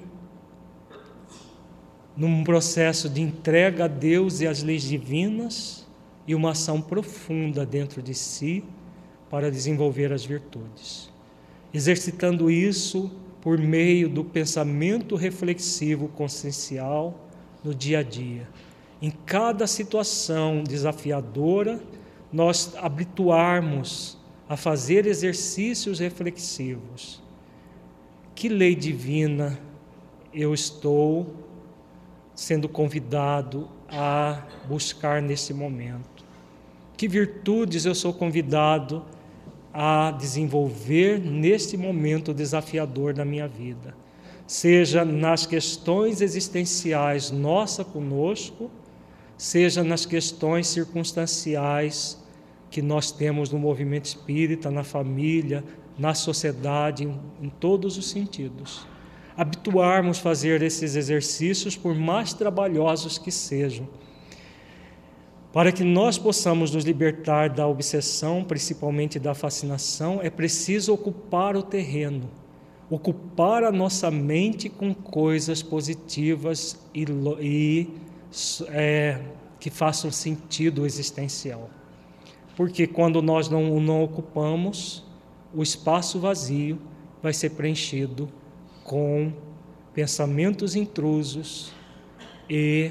num processo de entrega a Deus e às leis divinas e uma ação profunda dentro de si para desenvolver as virtudes. Exercitando isso por meio do pensamento reflexivo consciencial no dia a dia. Em cada situação desafiadora, nós habituarmos a fazer exercícios reflexivos. Que lei divina eu estou sendo convidado a buscar nesse momento? Que virtudes eu sou convidado a desenvolver neste momento desafiador da minha vida? Seja nas questões existenciais nossa conosco, seja nas questões circunstanciais que nós temos no movimento espírita, na família, na sociedade, em, em todos os sentidos. Habituarmos a fazer esses exercícios, por mais trabalhosos que sejam, para que nós possamos nos libertar da obsessão, principalmente da fascinação, é preciso ocupar o terreno, ocupar a nossa mente com coisas positivas e, e é, que façam sentido existencial. Porque quando nós não, não ocupamos, o espaço vazio vai ser preenchido com pensamentos intrusos e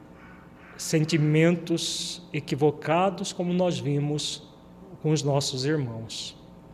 sentimentos equivocados, como nós vimos com os nossos irmãos.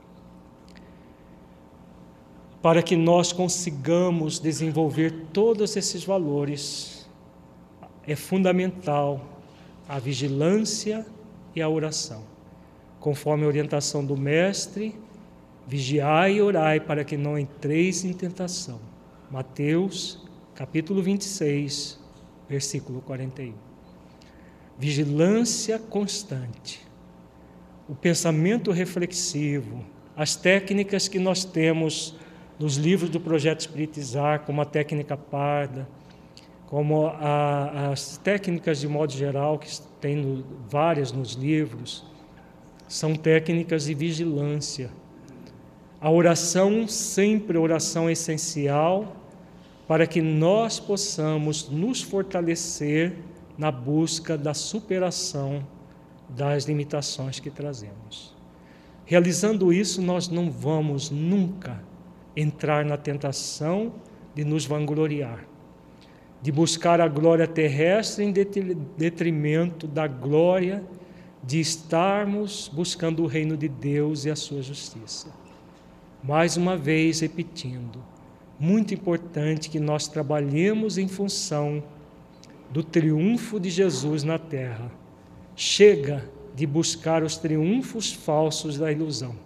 Para que nós consigamos desenvolver todos esses valores, é fundamental a vigilância e a oração. Conforme a orientação do Mestre, vigiai e orai para que não entreis em tentação. Mateus, capítulo vinte e seis, versículo quarenta e um. Vigilância constante, o pensamento reflexivo, as técnicas que nós temos nos livros do Projeto Espiritizar, como a técnica parda, como a, as técnicas de modo geral, que tem no, várias nos livros, são técnicas de vigilância. A oração, sempre oração essencial, para que nós possamos nos fortalecer na busca da superação das limitações que trazemos. Realizando isso, nós não vamos nunca entrar na tentação de nos vangloriar, de buscar a glória terrestre em detrimento da glória de estarmos buscando o reino de Deus e a sua justiça. Mais uma vez repetindo, muito importante que nós trabalhemos em função do triunfo de Jesus na terra. Chega de buscar os triunfos falsos da ilusão.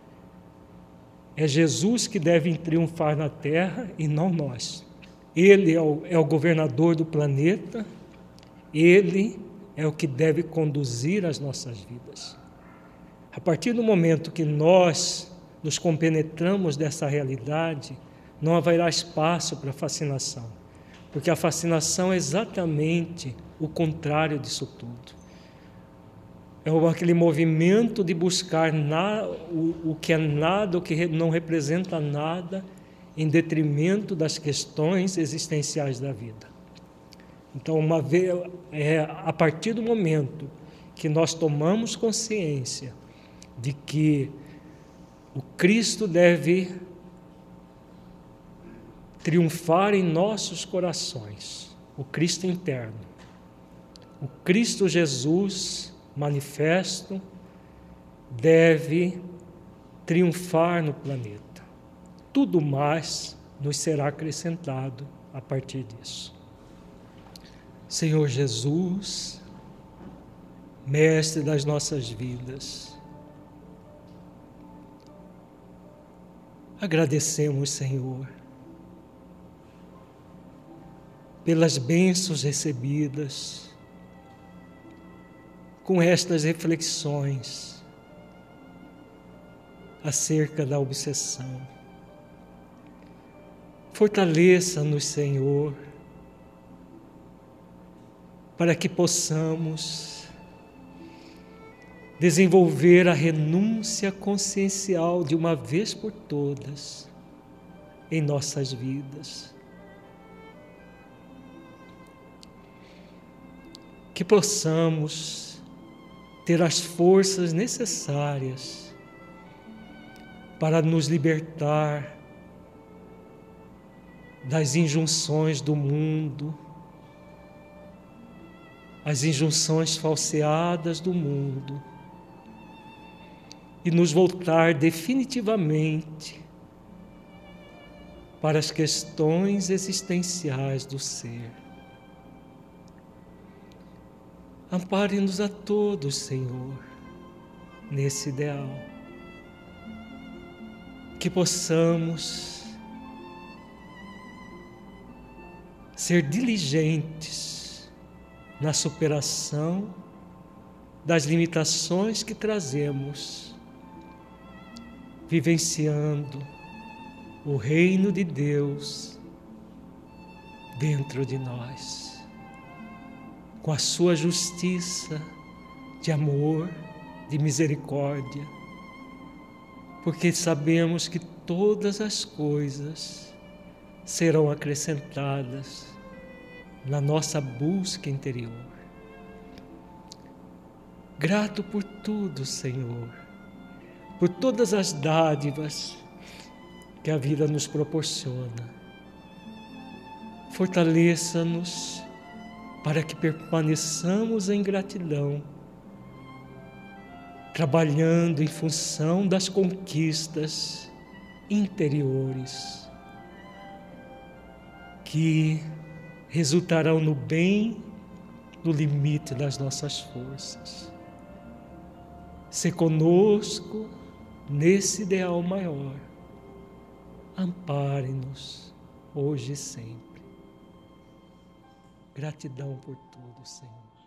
É Jesus que deve triunfar na terra e não nós. Ele é o, é o governador do planeta, Ele é o que deve conduzir as nossas vidas. A partir do momento que nós nos compenetramos dessa realidade, não haverá espaço para fascinação, porque a fascinação é exatamente o contrário disso tudo. É aquele movimento de buscar na, o, o que é nada, o que não representa nada, em detrimento das questões existenciais da vida. Então, uma vez, é, a partir do momento que nós tomamos consciência de que o Cristo deve triunfar em nossos corações, o Cristo interno, o Cristo Jesus manifesto deve triunfar no planeta. Tudo mais nos será acrescentado a partir disso. Senhor Jesus, Mestre das nossas vidas, agradecemos, Senhor, pelas bênçãos recebidas com estas reflexões acerca da obsessão. Fortaleça-nos, Senhor, para que possamos desenvolver a renúncia consciencial de uma vez por todas em nossas vidas. Que possamos ter as forças necessárias para nos libertar das injunções do mundo, as injunções falseadas do mundo, e nos voltar definitivamente para as questões existenciais do ser. Ampare-nos a todos, Senhor, nesse ideal. Que possamos ser diligentes na superação das limitações que trazemos, vivenciando o reino de Deus dentro de nós, com a sua justiça de amor, de misericórdia, porque sabemos que todas as coisas serão acrescentadas na nossa busca interior. Grato por tudo, Senhor, por todas as dádivas que a vida nos proporciona. Fortaleça-nos para que permaneçamos em gratidão, trabalhando em função das conquistas interiores que resultarão no bem no limite das nossas forças. Se conosco nesse ideal maior, ampare-nos hoje e sempre. Gratidão por tudo, Senhor.